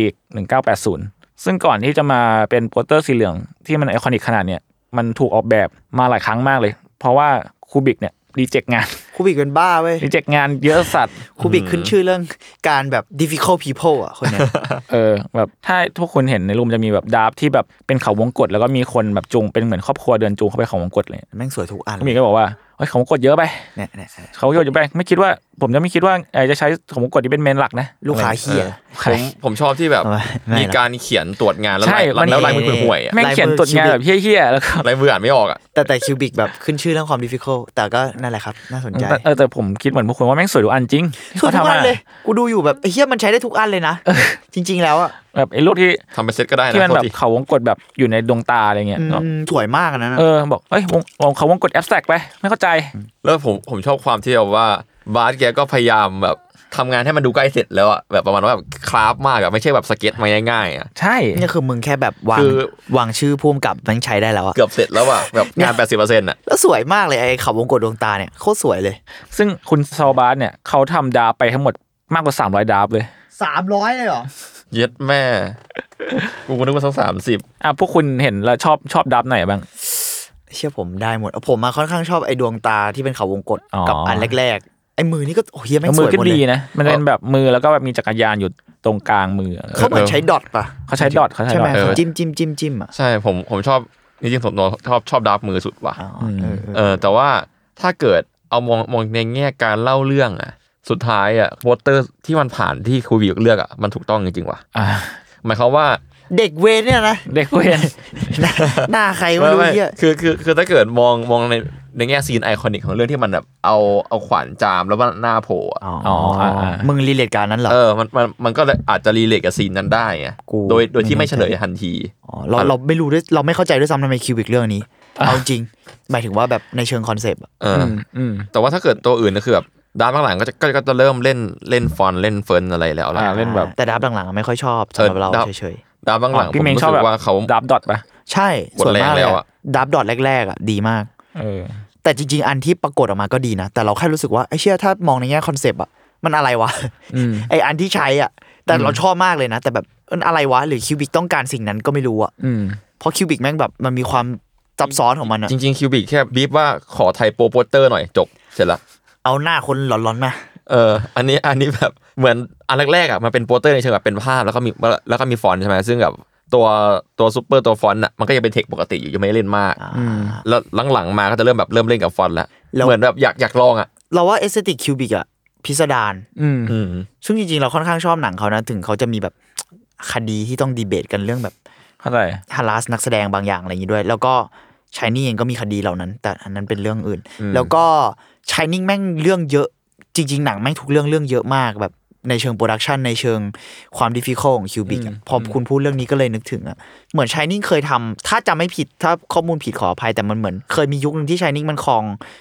1980ซึ่งก่อนที่จะมาเป็นโปสเตอร์สีเหลืองที่มันไอคอนิกขนาดเนี้ยมันถูกออกแบบมาหลายครั้งมากเลยเพราะว่าคูบิกเนี่ยรีเจ็คงานคูบิกเป็นบ้าเว้ยรีเจ็คงานเยอะสัตว์คูบิกขึ้นชื่อเรื่องการแบบ difficult people อ่ะคนเนี้ยแบบถ้าทุกคนเห็นในรูปจะมีแบบดาร์ฟที่แบบเป็นเขาวงกตแล้วก็มีคนแบบจูงเป็นเหมือนครอบครัวเดินจูงเข้าไปเขาวงกตเลยแม่งสวยทุกอันก็มีก็บอกว่าเฮ้ยเขาวงกตเยอะไปเนี่ยเขาเยอะไปไม่คิดว่าผมจะไม่คิดว่าจะใช้เขาวงกตที่เป็นเมนหลักนะลูกค้าเหี้ยผมชอบที่แบบมีการเขียนตรวจงานแล้วลายมือห่วยๆแม่งเขียนตรวจงานแบบเหี้ยๆแล้วก็ลายมืออ่านไม่ออกอ่ะแต่คิวบิกแบบขึ้นชื่อเรื่องความ difficult แต่ก็นั่นแหละครับน่าสนใจแต่ผมคิดเหมือนพวกคุณว่าแม่งสวยทุกอันจริงสวยทุกอันเลยกูดูอยู่แบบเหี้ยมันใช้ได้ทุกอันเลยนะจริงๆแล้วอ่ะแบบไอ้รูปที่ทำเป็นเซตก็ได้นะที่มันแบบเขาวงกตแบบอยู่ในดวงตาอะไรเงี้ยสวยมากนะบอกเอ้ยวงเขาวงกตแอบสแต็กไปไม่เข้าใจแล้วผมชอบความที่แบบว่าบาสแกก็พยายามแบบทำงานให้มันดูใกล้เสร็จแล้วอ่ะแบบประมาณว่าแบบคราฟมากอ่ะไม่ใช่แบบสเก็ตมาง่ายๆอ่ะใช่นี่คือมึงแค่แบบวางชื่อพุ่มกับมันใช้ได้แล้วอ่ะเกือบเสร็จแล้วอ่ะแบบงาน 80% อ่ะแล้วสวยมากเลยไอ้เขาวงกตดวงตาเนี่ยโคตรสวยเลยซึ่งคุณซอบาสเนี่ยเขาทำดาร์ฟไปทั้งหมดมากกว่า300ดาร์ฟเลย 300เลยเหรอเย็ดแม่กูนึกว่าสัก30 พวกคุณเห็นแล้วชอบดาร์ฟไหนบ้างเชื่อผมได้หมดผมมาค่อนข้างชอบไอ้ดวงตาที่เป็นเขาวงกตกับอันแรกๆไอ้มือนี่ก็โอ้ยแม่งสวยหมดเลยมือก็ดีนะมันเป็นแบบมือแล้วก็แบบมีจักรยานอยู่ตรงกลางมือเขาเหมือนใช้ดอทป่ะเขาใช้ดอทใช่ไหมจิ้มอ่ะใช่ผมชอบจริงๆผมชอบดาร์ฟมือสุดว่ะแต่ว่าถ้าเกิดเอามองในแง่การเล่าเรื่องอ่ะสุดท้ายอ่ะโปสเตอร์ที่มันผ่านที่คูบิเลือกอ่ะมันถูกต้องจริงๆว่ะหมายความว่าเด็กเวรเนี่ยนะเด็กเวรหน้าใครไม่รู้เหี้ยคือถ้าเกิดมองในแง่ซีนไอคอนิกของเรื่องที่มันแบบเอาขวานจามแล้วว่าหน้าโผล่มึงรีเลทการนั้นเหรอมันก็อาจจะรีเลทกับซีนนั้นได้ไงโดยที่ไม่เฉลยทันทีเราไม่รู้ด้วยเราไม่เข้าใจด้วยซ้ำทำไมคิวบิกเรื่องนี้เอาจริงหมายถึงว่าแบบในเชิงคอนเซปต์แต่ว่าถ้าเกิดตัวอื่นก็คือแบบดาร์ฟหลังๆก็จะเริ่มเล่นฟอนเล่นเฟิร์นอะไรแล้วเล่นแบบแต่ดาร์ฟหลังๆไม่ค่อยชอบสำหรับเราเฉยๆดาร์ฟหลังๆพี่เมงชอบว่าเขาดาร์ฟดอทป่ะใช่ส่วนมากเลยดาร์ฟดอทแรกๆอ่ะดีมากแต่จริงๆอันที่ปรากฏออกมาก็ดีนะแต่เราแค่รู้สึกว่าไอ้เชี่ยถ้ามองในแง่คอนเซปต์อ่ะมันอะไรวะไอ้อันที่ใช้อ่ะแต่เราชอบมากเลยนะแต่แบบอะไรวะหรือคิวบิกต้องการสิ่งนั้นก็ไม่รู้อ่ะเพราะคิวบิกแม่งแบบมันมีความซับซ้อนของมันอ่ะจริงๆคิวบิกแค่บีฟว่าขอไทโปโปสเตอร์หน่อยจบเสร็จละเอาหน้าคนหลอนๆมาอันนี้แบบเหมือนอันแรกๆอ่ะมันเป็นโปสเตอร์ในเชิงแบบเป็นภาพแล้วก็มีฟอนต์ใช่ไหมซึ่งแบบตัวซุปเปอร์ตัวฟอนต์อ่ะมันก็ยังเป็นเทคปกติอยู่ยังไม่เล่นมากแล้วหลังๆมาก็จะเริ่มเล่นกับฟอนต์แล้วเหมือนแบบอยากลองอ่ะเราว่าเอสเธติกคิวบิกอ่ะพิสดารซึ่งจริงๆเราค่อนข้างชอบหนังเขานะถึงเขาจะมีแบบคดีที่ต้องดีเบตกันเรื่องแบบอะไรฮาราสนักแสดงบางอย่างอะไรอย่างนี้ด้วยแล้วก็ชายนี่เองก็มีคดีเหล่านั้นแต่อันนั้นเป็นเรื่องอื่นแล้วก็ชายนิ่งแม่งเรื่องเยอะจริงๆหนังแม่งทุกเรื่องเยอะมากแบบในเชิงโปรดักชันในเชิงความดิฟฟิคัลของคิวบิกพอคุณพูดเรื่องนี้ก็เลยนึกถึงอ่ะเหมือนชายนิ่งเคยทำถ้าจำไม่ผิดถ้าข้อมูลผิดขออภัยแต่มันเหมือนเคยมียุคนึงที่ชายนิ่งมันครอง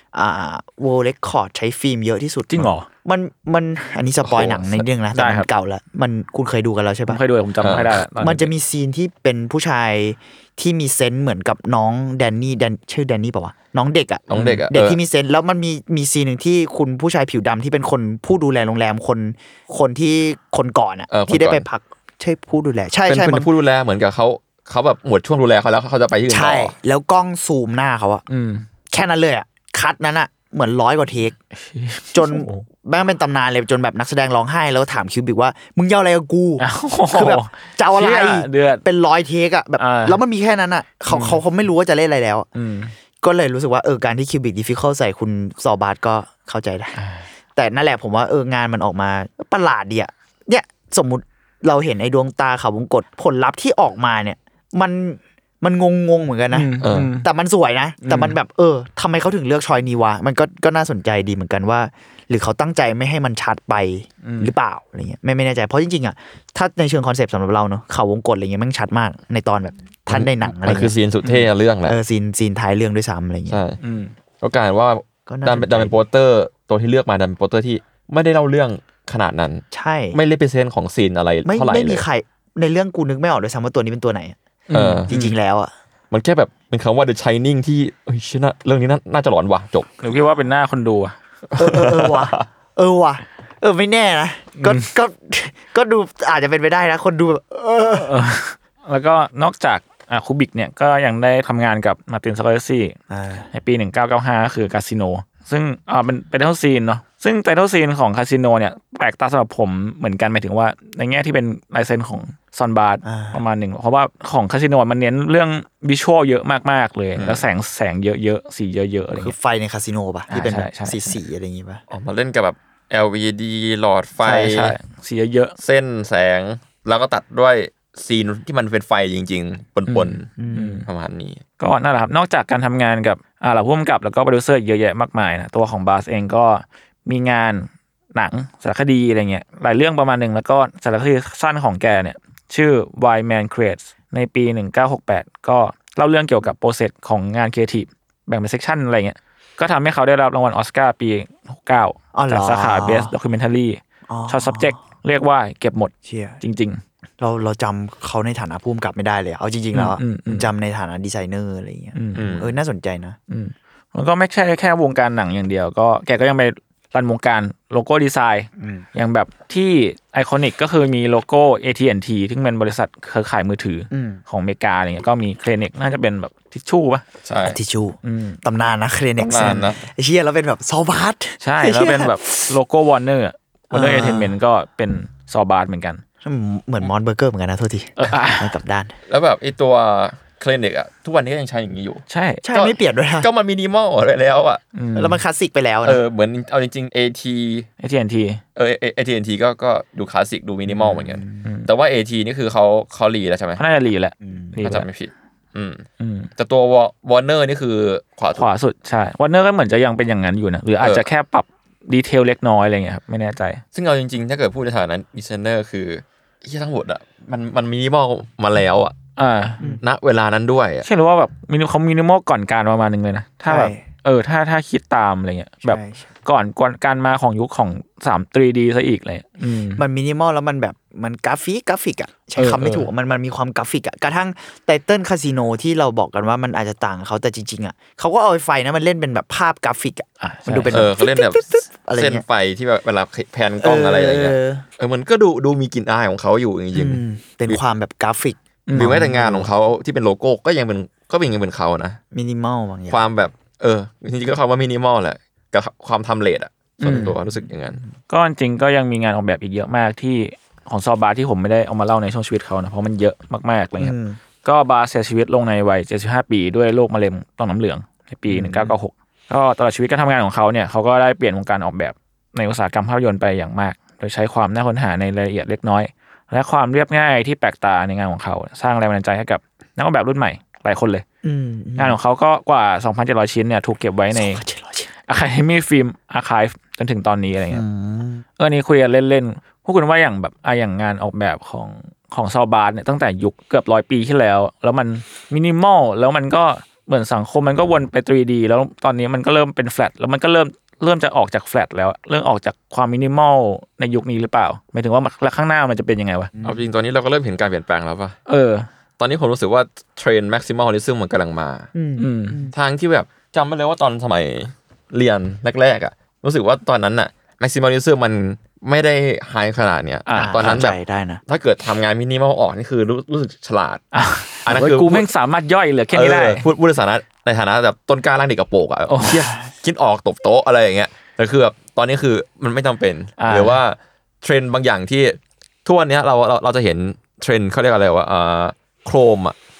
World Record ใช้ฟิล์มเยอะที่สุดจริงเหรอมันอันนี้สปอยหนังในเรื่องนะแต่มันเก่าแล้วมันคุณเคยดูกันแล้วใช่ปะเคยดูผมจำไม่ได้มันจะมีซีนที่เป็นผู้ชายที่มีเซนส์เหมือนกับน้องแดนนี่ชื่อแดนนี่ป่าววะน้องเด็กเด็กที่มีเซนส์แล้วมันมีซีนนึงที่คุณผู้ชายผิวดำที่เป็นคนผู้ดูแลโรงแรมคนที่คนก่อนอ่ะที่ได้ไปพักใช่ผู้ดูแลใช่เป็นผู้ดูแลเหมือนกับเขาแบบหมดช่วงดูแลเขาแล้วเขาจะไปที่อื่นต่อใช่แล้วกล้องซูมหน้าเขาอ่ะแค่นั้นเลยอ่ะคัทนั้นอ่ะเหมือน100 กว่าเทคจนแม่งเป็นตำนานเลยจนแบบนักแสดงร้องไห้แล้วถามคิวบิกว่ามึงเย้าอะไรกับกูคือแบบเจ้าอะไรเป็น100 เทคอะแบบแล้วมันมีแค่นั้นอะเขาไม่รู้ว่าจะเล่นอะไรแล้วก็เลยรู้สึกว่าการที่คิวบิกดิฟฟิคัลใส่คุณซอบาสก็เข้าใจได้แต่นั่นแหละผมว่างานมันออกมาประหลาดดีอะเนี่ยสมมุติเราเห็นไอ้ดวงตาเขาวงกตผลลัพธ์ที่ออกมาเนี่ยมันงงเหมือนกันนะแต่มันสวยนะแต่มันแบบทำไมเขาถึงเลือกชอยนี้วะมันก็น่าสนใจดีเหมือนกันว่าหรือเขาตั้งใจไม่ให้มันชัดไปหรือเปล่าอะไรเงี้ยไม่แน่ใจเพราะจริงๆอ่ะถ้าในเชิงคอนเซปต์สำหรับเราเนาะเขาวงกตอะไรเงี้ยมันชัดมากในตอนแบบท่านในหนังอะไรเงี้ยมันคือซีนสุดเท่เรื่องแหละซีนท้ายเรื่องด้วยซ้ำอะไรเงี้ยใช่ก็กลายว่าดันเป็นโปสเตอร์ตัวที่เลือกมาดันเป็นโปสเตอร์ที่ไม่ได้เล่าเรื่องขนาดนั้นใช่ไม่เลเปอร์เซ็นต์ของซีนอะไรเท่าไหร่เลยไม่มีใครในเรื่องกูนึกไม่ออกด้วยซ้ำว่าตัวนี้เป็นตัวไหนจริงๆแล้วอ่ะมันแค่แบบเป็นคำว่า The Shining ที่ชินะเรื่องนี้น่าจะหลอนว่ะจบหรือคิดว่าเป็นหน้าคนดูอ่ะว่ะไม่แน่นะก็ดูอาจจะเป็นไปได้นะคนดูแล้วก็นอกจากคูบิกเนี่ยก็ยังได้ทำงานกับมาร์ตินสกอร์เซซีในปี1995ก็คือคาสิโนซึ่งเป็นไทเทิลซีนเนาะซึ่งไทเทิลซีนของคาสิโนเนี่ยแปลกตาสำหรับผมเหมือนกันหมายถึงว่าในแง่ที่เป็นลายเซ็นของซอนบาร์ประมาณนึงเพราะว่าของคาสิโนมันเน้นเรื่องวิชวลเยอะมากๆเลยแล้วแสงเยอะๆสีเยอะๆอะไรคือไฟในคาสิโนป่ะที่เป็นสีอะไรอย่างงี้ป่ะออกมาเล่นกับแบบ LED หลอดไฟสีเยอะเส้นแสงแล้วก็ตัดด้วยซีนที่มันเป็นไฟจริงๆปนๆประมาณนี้ก็นั่นแหละครับนอกจากการทำงานกับเหล่าผู้กำกับแล้วก็โปรดิวเซอร์เยอะแยะมากมายนะตัวของบาสเองก็มีงานหนังสารคดีอะไรเงี้ยหลายเรื่องประมาณนึงแล้วก็สารคดีสั้นของแกเนี่ยชื่อ Why Man Creates ในปี1968ก็เล่าเรื่องเกี่ยวกับโปรเซสของงานครีเอทีฟแบ่งเป็นเซกชันอะไรเงี้ยก็ทำให้เขาได้รับรางวัลออสการ์ปี69จากสาขา Best Documentary Short Subject เรียกว่าเก็บหมดจริงๆเราจำเขาในฐานะผู้กำกับไม่ได้เลยเอาจริงๆแล้วจำในฐานะดีไซเนอร์อะไรเงี้ยน่าสนใจนะมันก็ไม่ใช่แค่วงการหนังอย่างเดียวก็แกก็ยังไปรันวงการโลโก้ดีไซน์อย่างแบบที่ไอคอนิกก็คือมีโลโก้ AT&T ซึ่งเป็นบริษัทเครือข่ายมือถือของอเมริกาอะไรเงี้ยก็มีเคลเน็กน่าจะเป็นแบบทิชชู่ป่ะใช่ทิชชู่ตำนานนะเคลเน็กไอ้เหี้ยแล้วเป็นแบบซอบาร์ใช่แล้วเป็นแบบโลโก้วอร์เนอร์เอนเตอร์เทนเมนต์ก็เป็นซอบาร์เหมือนกันเหมือนมอนเบอร์เกอร์เหมือนกันนะโทษทีกลับด้านแล้วแบบไอตัวคลินิกอ่ะทุกวันนี้ก็ยังใช้อย่างนี้อยู่ใช่ไม่เปลี่ยนด้วยก็มันมินิมอลอะไรแล้วอ่ะแล้วมันคลาสสิกไปแล้วนะเหมือนเอาจริงๆ AT&T AT&T ก็ดูคลาสสิกดูมินิมอลเหมือนกันแต่ว่า AT นี่คือเขารีแล้วใช่ไหมน่าจะรีแหละถ้าจำไม่ผิดแต่ตัววอร์เนอร์นี่คือขวาสุดใช่วอร์เนอร์ก็เหมือนจะยังเป็นอย่างนั้นอยู่นะหรืออาจจะแค่ปรับดีเทลเล็กน้อยอะไรเงี้ยครับไม่แน่ใจซึ่งเอาจริงๆถ้าเกิดพูดในฐานะดีไซเนอร์คือที่ทั้งหมดอ่ะมันมินิมอลมาแล้วอ่ะณเวลานั้นด้วยใช่หรือว่าแบบเขามินิมอลก่อนการประมาณนึงเลยนะถ้าแบบถ้าคิดตามอะไรเงี้ยแบบก่อนการมาของยุคของ3D ซะอีกเลยมันมินิมอลแล้วมันแบบมันกราฟิกอ่ะใช้คำไม่ถูกมันมีความกราฟิกอ่ะกระทั่งไตเติ้ลคาสิโนที่เราบอกกันว่ามันอาจจะต่างเขาแต่จริงๆอ่ะเขาก็เอาไฟนะมันเล่นเป็นแบบภาพกราฟิกอ่ะมันดูเป็นเขาเล่นแบบเส้นไฟที่แบบเวลาแพนกล้องอะไรอย่างเงี้ยมันก็ดูมีกลิ่นอายของเขาอยู่จริงๆเป็นความแบบกราฟิกหรือแม้แต่งานของเขาที่เป็นโลโก้ก็ยังเป็นเขานะมินิมอลบางอย่างความแบบจริงๆก็คำว่ามินิมอลแหละกับความทำเลทอ่ะส่วนตัวรู้สึกอย่างนั้นก็จริงก็ยังมีงานออกแบบอีกเยอะมากที่ของซอบาร์ที่ผมไม่ได้เอามาเล่าในช่วงชีวิตเขานะเพราะมันเยอะมากๆอะไรเงี้ยก็บาร์เสียชีวิตลงในวัย75ปีด้วยโรคมะเร็งต่อมน้ำเหลืองในปี1996ก็ตลอดชีวิตการทำงานของเขาเนี่ยเขาก็ได้เปลี่ยนวงการออกแบบในอุตสาหกรรมภาพยนตร์ไปอย่างมากโดยใช้ความน่าค้นหาในรายละเอียดเล็กน้อยและความเรียบง่ายที่แปลกตาในงานของเขาสร้างแรงบันดาลใจให้กับนักออกแบบรุ่นใหม่หลายคนเลยงานของเขาก็กว่า 2,700 ชิ้นเนี่ยถูกเก็บไว้ใน Academy Film Archive จนถึงตอนนี้อะไรเงี้ยนี่คุยกันเล่นๆพวกคุณว่าอย่างแบบอย่างงานออกแบบของซอบาร์เนี่ยตั้งแต่ยุคเกือบ100 ปีที่แล้วมันมินิมอลแล้วมันก็เหมือนสังคมมันก็วนไป 3D แล้วตอนนี้มันก็เริ่มเป็นแฟลตแล้วมันก็เริ่มจะออกจากแฟลตแล้วเริ่มออกจากความมินิมอลในยุคนี้หรือเปล่าหมายถึงว่าแล้วข้างหน้ามันจะเป็นยังไงวะเอาจริงตอนนี้เราก็เริ่มเห็นการเปลี่ยนแปลงแล้วป่ะตอนนี้ผมรู้สึกว่าเทรนด์แม็กซิมอลลิซึมมันกำลังมาทางที่แบบจำไม่เลยว่าตอนสมัยเรียนแรกๆอ่ะรู้สึกว่าตอนนั้นน่ะแม็กซิมอลลิซึมมันไม่ได้ไฮขนาดเนี้ยตอนนั้นแบบถ้าเกิดทำงานมินิมอลออกนี่คือรู้สึกฉลาดอันนั้นคือกูแม่งสามารถย่อยเหลือแค่นี้ได้พูดในฐานะแบบต้นกล้าร่างเด็กกระโปงอ่ะคิดออกตบโต๊ะอะไรอย่างเงี้ยแต่คือแบบตอนนี้คือมันไม่จำเป็นหรือว่าเทรนด์บางอย่างที่ทุกวันนี้เราจะเห็นเทรนด์เขาเรียกอะไรว่าโครมอ่ะ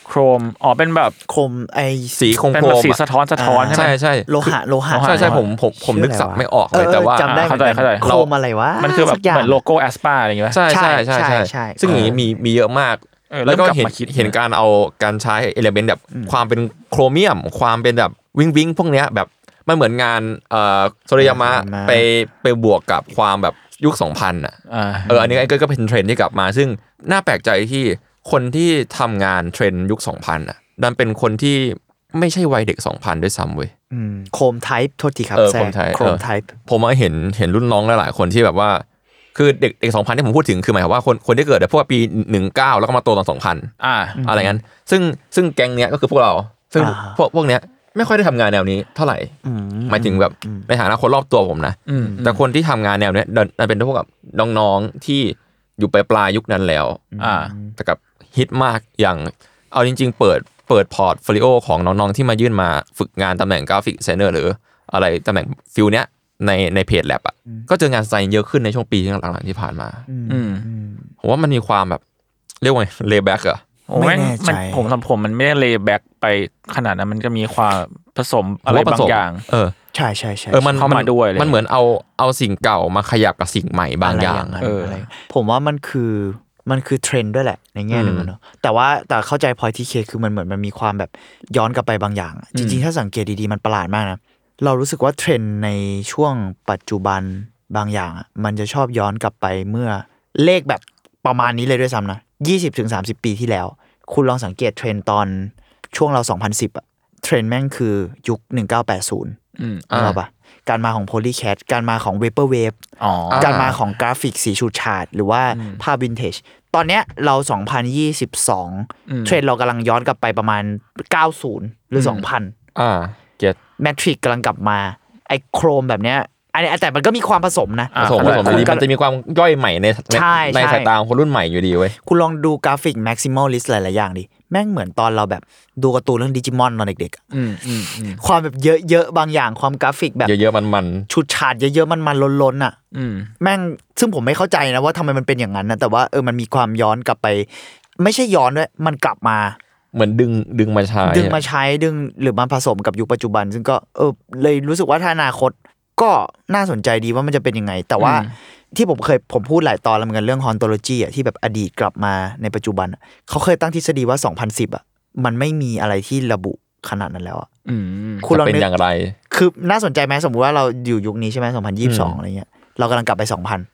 โครมเป็นแบบโครมไอสีโครมเป็นแบบสีสะท้อนใช่ไหมใช่โลหะใช่ผมนึกศัพท์ไม่ออกเลยแต่ว่าเข้าใจโครมอะไรวะมันคือแบบเหมือนโลโก้แอสปาอะไรอย่างเงี้ยใช่ซึ่งอย่างนี้มีเยอะมากแล้วก็เห็นการเอาการใช้เอลิเมนต์แบบความเป็นโครเมียมความเป็นแบบวิงพวกเนี้ยแบบมันเหมือนงานโซริยามะไปบวกกับความแบบยุค 2000 อ่ะอันนี้ก็เป็นเทรนด์ที่กลับมาซึ่งน่าแปลกใจที่คนที่ทำงานเทรนด์ยุค 2000 อ่ะดันเป็นคนที่ไม่ใช่วัยเด็ก 2000 ด้วยซ้ำเว้ยโคมไทป์โทษทีครับโคมไทป์ผมเห็นรุ่นน้องหลายๆคนที่แบบว่าคือเด็ก2000ที่ผมพูดถึงคือหมายความว่าคนที่เกิดในพวกปี19แล้วก็มาโตตอน2000อะไรงั้นซึ่งแก๊งเนี้ยก็คือพวกเราซึ่งพวกเนี้ยไม่ค่อยได้ทำงานแนวนี้เท่าไหร่หมายถึงแบบในฐานะคนรอบตัวผมนะแต่คนที่ทำงานแนวเนี้ยเป็นพวกกับน้องๆที่อยู่ปลายยุคนั้นแล้วแต่กับฮิตมากอย่างเอาจริงๆเปิดพอร์ตโฟลิโอของน้องๆที่มายื่นมาฝึกงานตำแหน่งกราฟิกดีไซเนอร์หรืออะไรตำแหน่งฟิลเนี้ยในเพจแลบอ่ะก็เจองานไซน์เยอะขึ้นในช่วงปีหลังๆที่ผ่านมาผมว่ามันมีความแบบเรียกว่าเลย์แบ็กอะไม่แน่ใจผมมันไม่ได้เลย์แบ็กไปขนาดนั้นมันก็มีความผสมอะไรบางอย่างใช่มันเข้ามาด้วยมันเหมือนเอาสิ่งเก่ามาขยับกับสิ่งใหม่บางอย่างผมว่ามันคือเทรนด์ด้วยแหละในแง่นึงเนาะแต่เข้าใจพอยที่เคคือมันเหมือนมันมีความแบบย้อนกลับไปบางอย่างจริงๆถ้าสังเกตดีๆมันประหลาดมากนะเรารู้สึกว่าเทรนด์ในช่วงปัจจุบันบางอย่างมันจะชอบย้อนกลับไปเมื่อเลขแบบประมาณนี้เลยด้วยซ้ำนะ 20-30 ปีที่แล้วคุณลองสังเกตเทรนด์ตอนช่วงเรา2010อะเทรนด์แม่งคือยุค1980เอาป่ะการมาของ Polycat การมาของ Vaporwave การมาของกราฟิกสีฉูดฉาดหรือว่าภาพวินเทจตอนเนี้ยเรา2022เทรนด์เรากำลังย้อนกลับไปประมาณ90หรือ2000 เก็ทแมทริกกำลังกลับมาไอโครมแบบเนี้ยอันนี้แต่มันก็มีความผสมนะผสมดีมันจะมีความย่อยใหม่ในสายตาคนรุ่นใหม่อยู่ดีเว้ยคุณลองดูกราฟิก maximalist หลายๆอย่างดิแม่งเหมือนตอนเราแบบดูการ์ตูนเรื่องดิจิมอนตอนเด็กๆความแบบเยอะๆบางอย่างความกราฟิกแบบเยอะๆมันชุดฉาดเยอะๆมันล้นๆอ่ะแม่งซึ่งผมไม่เข้าใจนะว่าทำไมมันเป็นอย่างนั้นนะแต่ว่ามันมีความย้อนกลับไปไม่ใช่ย้อนด้วยมันกลับมาเหมือนดึงมาใช้หรือมาผสมกับยุคปัจจุบันซึ่งก็เลยรู้สึกว่าถ้าอนาคตก็น่าสนใจดีว่ามันจะเป็นยังไงแต่ว่าที่ผมพูดหลายตอนแล้วเหมือนกันเรื่องฮอนโตโลจีอ่ะที่แบบอดีตกลับมาในปัจจุบันเขาเคยตั้งทฤษฎีว่า2010อ่ะมันไม่มีอะไรที่ระบุขนาดนั้นแล้วอ่ะคุณลองเป็นอย่างไรคือน่าสนใจไหมสมมุติว่าเราอยู่ยุคนี้ใช่ไหม2022อะไรเงี้ยเรากำลังกลับไป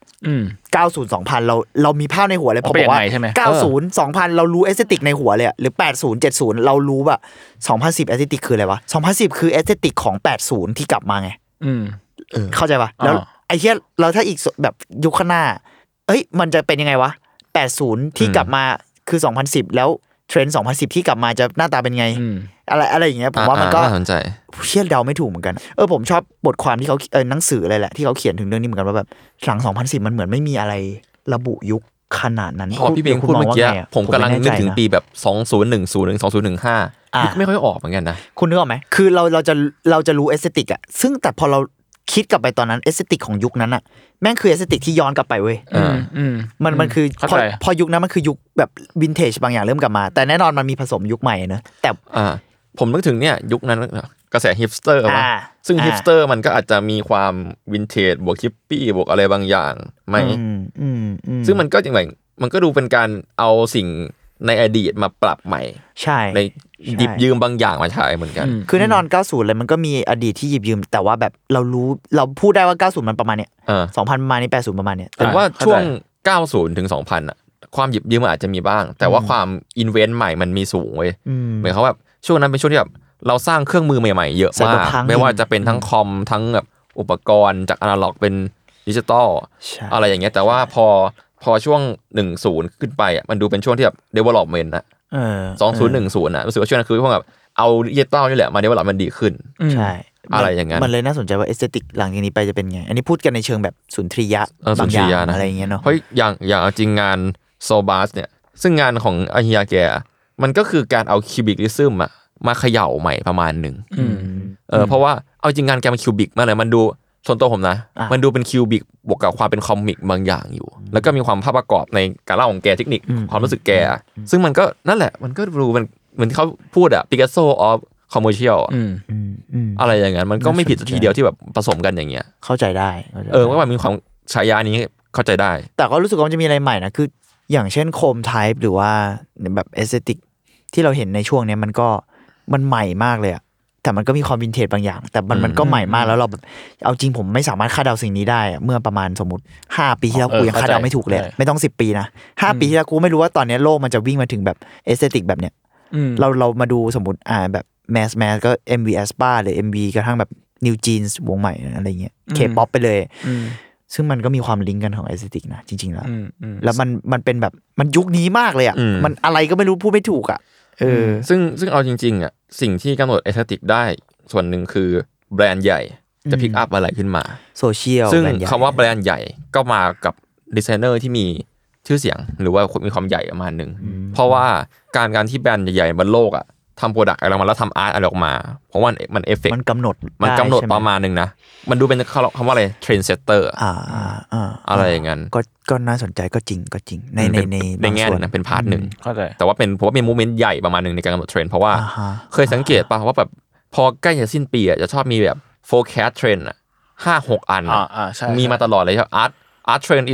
90 2000เรามีภาพในหัวเลยพอบอกว่า90 2000เรารู้เอสเธติกในหัวเลยหรือ80 70เรารู้แบบ2010เอสเธติกคืออะไรวะ2010คือเอสเธติกของ80ที่กลับมาไงเข้าใจป่ะแล้วไอ้เหี้ยเราถ้าอีกแบบยุคข้างหน้ามันจะเป็นยังไงวะ80ที่กลับมาคือ2010แล้วเทรนด์2010ที่กลับมาจะหน้าตาเป็นไงอะไรอย่างเงี้ยผมว่ามันก็น่าสนใจเชื่อเดาไม่ถูกเหมือนกันผมชอบบทความที่เขาหนังสืออะไรแหละที่เขาเขียนถึงเรื่องนี้เหมือนกันว่าแบบหลัง2010มันเหมือนไม่มีอะไรระบุยุคขนาดนั้นพอพี่เบงพูดเมื่อกี้ผมกำลังนึกถึงปีแบบ2010ถึง2015ไม่ค่อยออกเหมือนกันนะคุณนึกออกไหมคือเราจะรู้เอสเธติกอะซึ่งแต่พอเราคิดกลับไปตอนนั้นเอสเธติกของยุคนั้นอะแม่งคือเอสเธติกที่ย้อนกลับไปเว้ยมันคือพอยุคนั้นมันคือยุคแบบวินเทจบางอย่างเริ่มกลับมาแต่แน่นอนมันมีผสมยุคใหม่นะแต่ผมนึกถึงเนี่ยยุคนั้นกระแสฮิปสเตอร์ป่ะซึ่งฮิปสเตอร์มันก็อาจจะมีความวินเทจบวกฮิปปี้บวกอะไรบางอย่างไหมซึ่งมันก็จริงๆมันก็ดูเป็นการเอาสิ่งในอดีตมาปรับใหม่ใช่ในหยิบยืมบางอย่างมาใช้เหมือนกันคือแน่นอน90เลยมันก็มีอดีตที่หยิบยืมแต่ว่าแบบเราพูดได้ว่า90มันประมาณเนี้ย2000ประมาณนี้80ประมาณเนี้ยแต่ว่าช่วง90ถึง2000อ่ะความหยิบยืมอาจจะมีบ้างแต่ว่าความอินเวนต์ใหม่มันมีสูงเว้ยเหมือนเขาแบบช่วงนั้นเป็นช่วงที่แบบเราสร้างเครื่องมือใหม่ๆเยอะมากไม่ว่าจะเป็นทั้งคอมทั้งแบบอุปกรณ์จากอนาล็อกเป็นดิจิตอลอะไรอย่างเงี้ยแต่ว่าพอช่วง10ขึ้นไปอ่ะมันดูเป็นช่วงที่แบบ development อ่ะ2010อ่ะรู้สึกว่าช่วงนั้นคือพวกแบบเอาดิจิตอลนี่แหละมา develop มันดีขึ้นใช่อะไรอย่างเงี้ยมันเลยน่าสนใจว่าเอสเธติกหลังจากนี้ไปจะเป็นไงอันนี้พูดกันในเชิงแบบสุนทรียะบางอย่างอะไรอย่างเงี้ยเนาะเพราะอย่างจริงงานโซบาสเนี่ยซึ่งงานของอาฮิยาแกมันก็คือการเอาคิวบิกลิซึมอ่ะมาเขย่าใหม่ประมาณนึงเพราะว่าเอาจริงงานแกมันคิวบิกมากเลยมันดูส่วนตัวผมนะมันดูเป็นคิวบิกบวกกับความเป็นคอมิกบางอย่างอยู่แล้วก็มีความภาพประกอบในการเล่าของแกเทคนิคความรู้สึกแกซึ่งมันก็นั่นแหละมันก็ดูเหมือนเขาพูดอะ Picasso of commercial อะไรอย่างเงี้ยมันก็ไม่ผิดทีเดียวที่แบบผสมกันอย่างเงี้ยเข้าใจได้ว่ามันมีความฉายานี้เข้าใจได้แต่ก็รู้สึกว่ามันจะมีอะไรใหม่นะคืออย่างเช่นโคมไทป์หรือว่าแบบเอสเธติกที่เราเห็นในช่วงนี้มันใหม่มากเลยอะแต่มันก็มีความวินเทจบางอย่างแต่มันก็ใหม่มากแล้วเราแบบเอาจริงผมไม่สามารถคาดเดาสิ่งนี้ได้เมื่อประมาณสมมติ5ปีที่แล้วกูยังคาดเดาไม่ถูกเลยไม่ต้อง10ปีนะ5ปีที่แล้วกูไม่รู้ว่าตอนนี้โลกมันจะวิ่งมาถึงแบบเอสเธติกแบบเนี้ยเรามาดูสมมติแบบแมสก็ MV Aespa หรือ MV กระทั่งแบบ New Jeans วงใหม่อะไรเงี้ย K-pop ไปเลยซึ่งมันก็มีความลิงก์กันของเอสเธติกนะจริงๆแล้วมันเป็นแบบมันยุคนี้มากเลยอ่ะมันอะไรก็ไม่รู้พูดไม่ถูกอ่ะซึ่งเอาจริงๆอ่ะสิ่งที่กำหนดเอสเธติกได้ส่วนหนึ่งคือแบรนด์ใหญ่จะพิกอัพอะไรขึ้นมาโซเชียลซึ่งคำว่าแบรนด์ใหญ่ก็มากับดีไซเนอร์ที่มีชื่อเสียงหรือว่ามีความใหญ่ประมาณนึงเพราะว่าการที่แบรนด์ใหญ่ๆบนโลกอ่ะทำโปรดักต์อะไรมาแล้วทำอาร์ตอะไรออกมาเพราะว่ามันเอฟเฟกต์มันกำหนดประมาณนึงนะมันดูเป็นคำว่าอะไรเทรนด์เซตเตอร์อะไรอย่างนั้นก็น่าสนใจก็จริงในแง่นึงนะเป็นพาร์ทนึงแต่ว่าผมว่าเป็นโมเมนต์ใหญ่ประมาณนึงในการกำหนดเทรนด์เพราะว่าเคยสังเกตป่ะว่าแบบพอใกล้จะสิ้นปีอ่ะจะชอบมีแบบโฟร์แคสต์เทรนด์อ่ะ 5-6 อันมีมาตลอดเลยครับอาร์ตเทรนด์อิน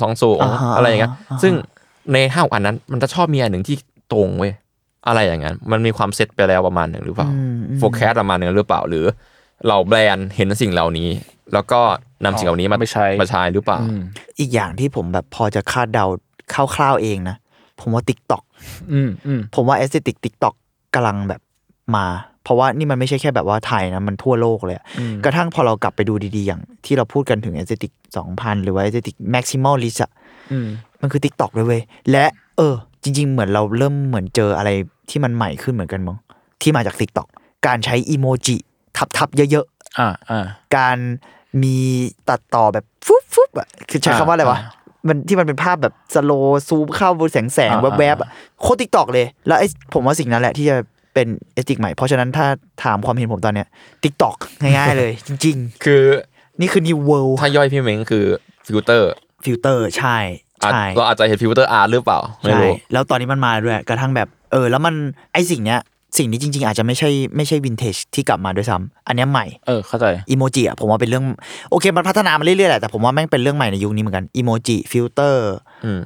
2020อะไรอย่างเงี้ยซึ่งใน5อันนั้นมันจะชอบมีอันนึงที่ตรงเว้ยอะไรอย่างนั้นมันมีความเซตไปแล้วประมาณนึงหรือเปล่าโฟร์แคสต์ประมาณนึงหรือเปล่าหรือเราแบรนด์เห็นสิ่งเหล่านี้แล้วก็นำสิ่งเหล่านี้มาใช้หรือเปล่าอีกอย่างที่ผมแบบพอจะคาดเดาคร่าวๆเองนะผมว่า TikTok ผมว่า aesthetic TikTok กำลังแบบมาเพราะว่านี่มันไม่ใช่แค่แบบว่าไทยนะมันทั่วโลกเลยกระทั่งพอเรากลับไปดูดีๆอย่างที่เราพูดกันถึง aesthetic 2000หรือว่า aesthetic maximalist อ่ะมันคือ TikTok เลยเว้ยและจริงๆเหมือนเราเริ่มเหมือนเจออะไรที่มันใหม่ขึ้นเหมือนกันมั้งที่มาจาก TikTok การใช้อีโมจิทับเยอะๆการมีตัดต่อแบบฟุบอ่ะคือใช้คำว่าอะไรวะมันที่มันเป็นภาพแบบสโลว์ซูมเข้าแสงแวบๆอ่ะโคตร TikTok เลยแล้วผมว่าสิ่งนั้นแหละที่จะเป็นเอสติกใหม่เพราะฉะนั้นถ้าถามความเห็นผมตอนเนี้ย TikTok ง่ายๆเลยจริงๆคือนี่คือ new world ถ้าย่อยพี่เม้งคือฟิลเตอร์ใช่เราอาจจะเห็นฟิลเตอร์อาร์ตหรือเปล่าไม่รู้แล้วตอนนี้มันมาด้วยกระทั่งแบบแล้วมันไอสิ่งเนี้ยสิ่งนี้จริงๆอาจจะไม่ใช่วินเทจที่กลับมาด้วยซ้ำอันนี้ใหม่เข้าใจอีโมจิอ่ะผมว่าเป็นเรื่องโอเคมันพัฒนามาเรื่อยๆแหละแต่ผมว่าแม่งเป็นเรื่องใหม่ในยุคนี้เหมือนกันอีโมจิฟิลเตอร์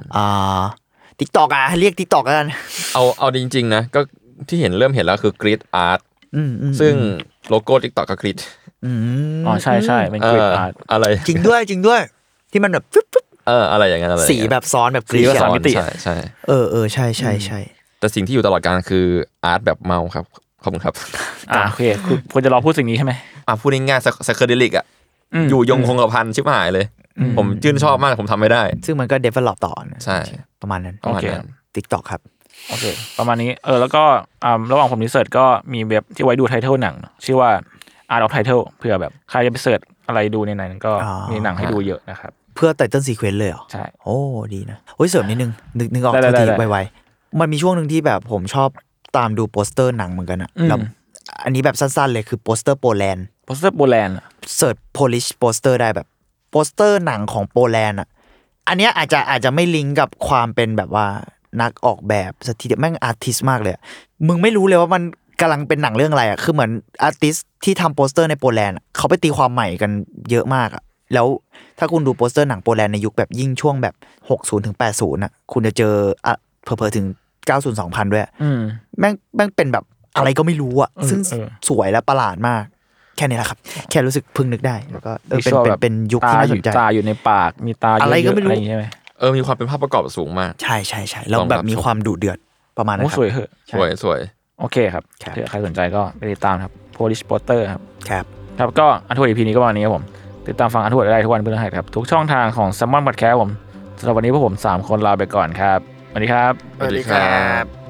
TikTok อ่ะเรียก TikTok กันเอาจริงๆนะก็ที่เริ่มเห็นแล้วคือกริดอาร์ตซึ่งโลโก้ TikTok ก็กริดใช่ๆเป็นกริดอาร์ตอะไรจริงด้วยที่มันแบบฟึบอะไรอย่างนั้นอะไรสีแบบซ้อนแบบกริดซ้อนมิติใช่ใช่แต่สิ่งที่อยู่ตลอดกาลคืออาร์ตแบบเมาครับขอบคุณครับโอเคคุณจะรอพูดสิ่งนี้ใช่ไหมพูดง่ายๆไซเคเดลิกอ่ะอยู่ยงคงกระพันชิบหายเลยผมชื่นชอบมากผมทำไม่ได้ซึ่งมันก็ develop ต่อใช่ประมาณนั้นโอเค TikTok ครับโอเคประมาณนี้แล้วก็ระหว่างผมรีเสิร์ชก็มีเว็บที่ไว้ดูไทเทิลหนังชื่อว่า Art of Title เผื่อแบบใครจะไปเสิร์ชอะไรดูในนั้นก็มีหนังให้ดูเยอะนะครับเพื่อ Title Sequence เลยเหรอใช่โอ้ดีนะโอ้ยเสริมนิดนึงนึกออกทีไวๆมันมีช่วงนึงที่แบบผมชอบตามดูโปสเตอร์หนังเหมือนกันอะแล้วอันนี้แบบสั้นๆเลยคือโปสเตอร์โปแลนด์เสิร์ช Polish โปสเตอร์ได้แบบโปสเตอร์หนังของโปแลนด์อ่ะอันเนี้ยอาจจะไม่ลิงก์กับความเป็นแบบว่านักออกแบบสถิติแม่งอาร์ติสต์มากเลยมึงไม่รู้เลยว่ามันกำลังเป็นหนังเรื่องอะไรอ่ะคือเหมือนอาร์ติสต์ที่ทำโปสเตอร์ในโปแลนด์เขาไปตีความใหม่กันเยอะมากอ่ะแล้วถ้าคุณดูโปสเตอร์หนังโปแลนด์ในยุคแบบยิ่งช่วงแบบ60ถึง80อ่ะคุณจะเจอเผลอๆถึง90 2000ด้วยแม่งเป็นแบบอะไรก็ไม่รู้อ่ะซึ่งสวยและประหลาดมากแค่นี้แหละครับแค่รู้สึกพึงนึกได้แล้วก็เป็นยุคที่น่าสนใจตาอยู่ในปากมีตาอะไรก็ไม่รู้ใช่ไหมมีความเป็นภาพประกอบสูงมากใช่แล้วแบบมีความดุเดือดประมาณนั้นครับสวยเหอะสวยโอเคครับถ้าใครสนใจก็ไปติดตามครับ Polish Poster ครับครับก็อันทัวร์ EP นี้ก็ประมาณนี้ครับผมติดตามฟังอันทัวร์ได้ทุกวันพฤหัสครับทุกช่องทางของ Salmon Podcast ผมสำหรับวันนี้พวกผม3คนลาไปก่อนครับสวัสดีครับสวัสดีครับ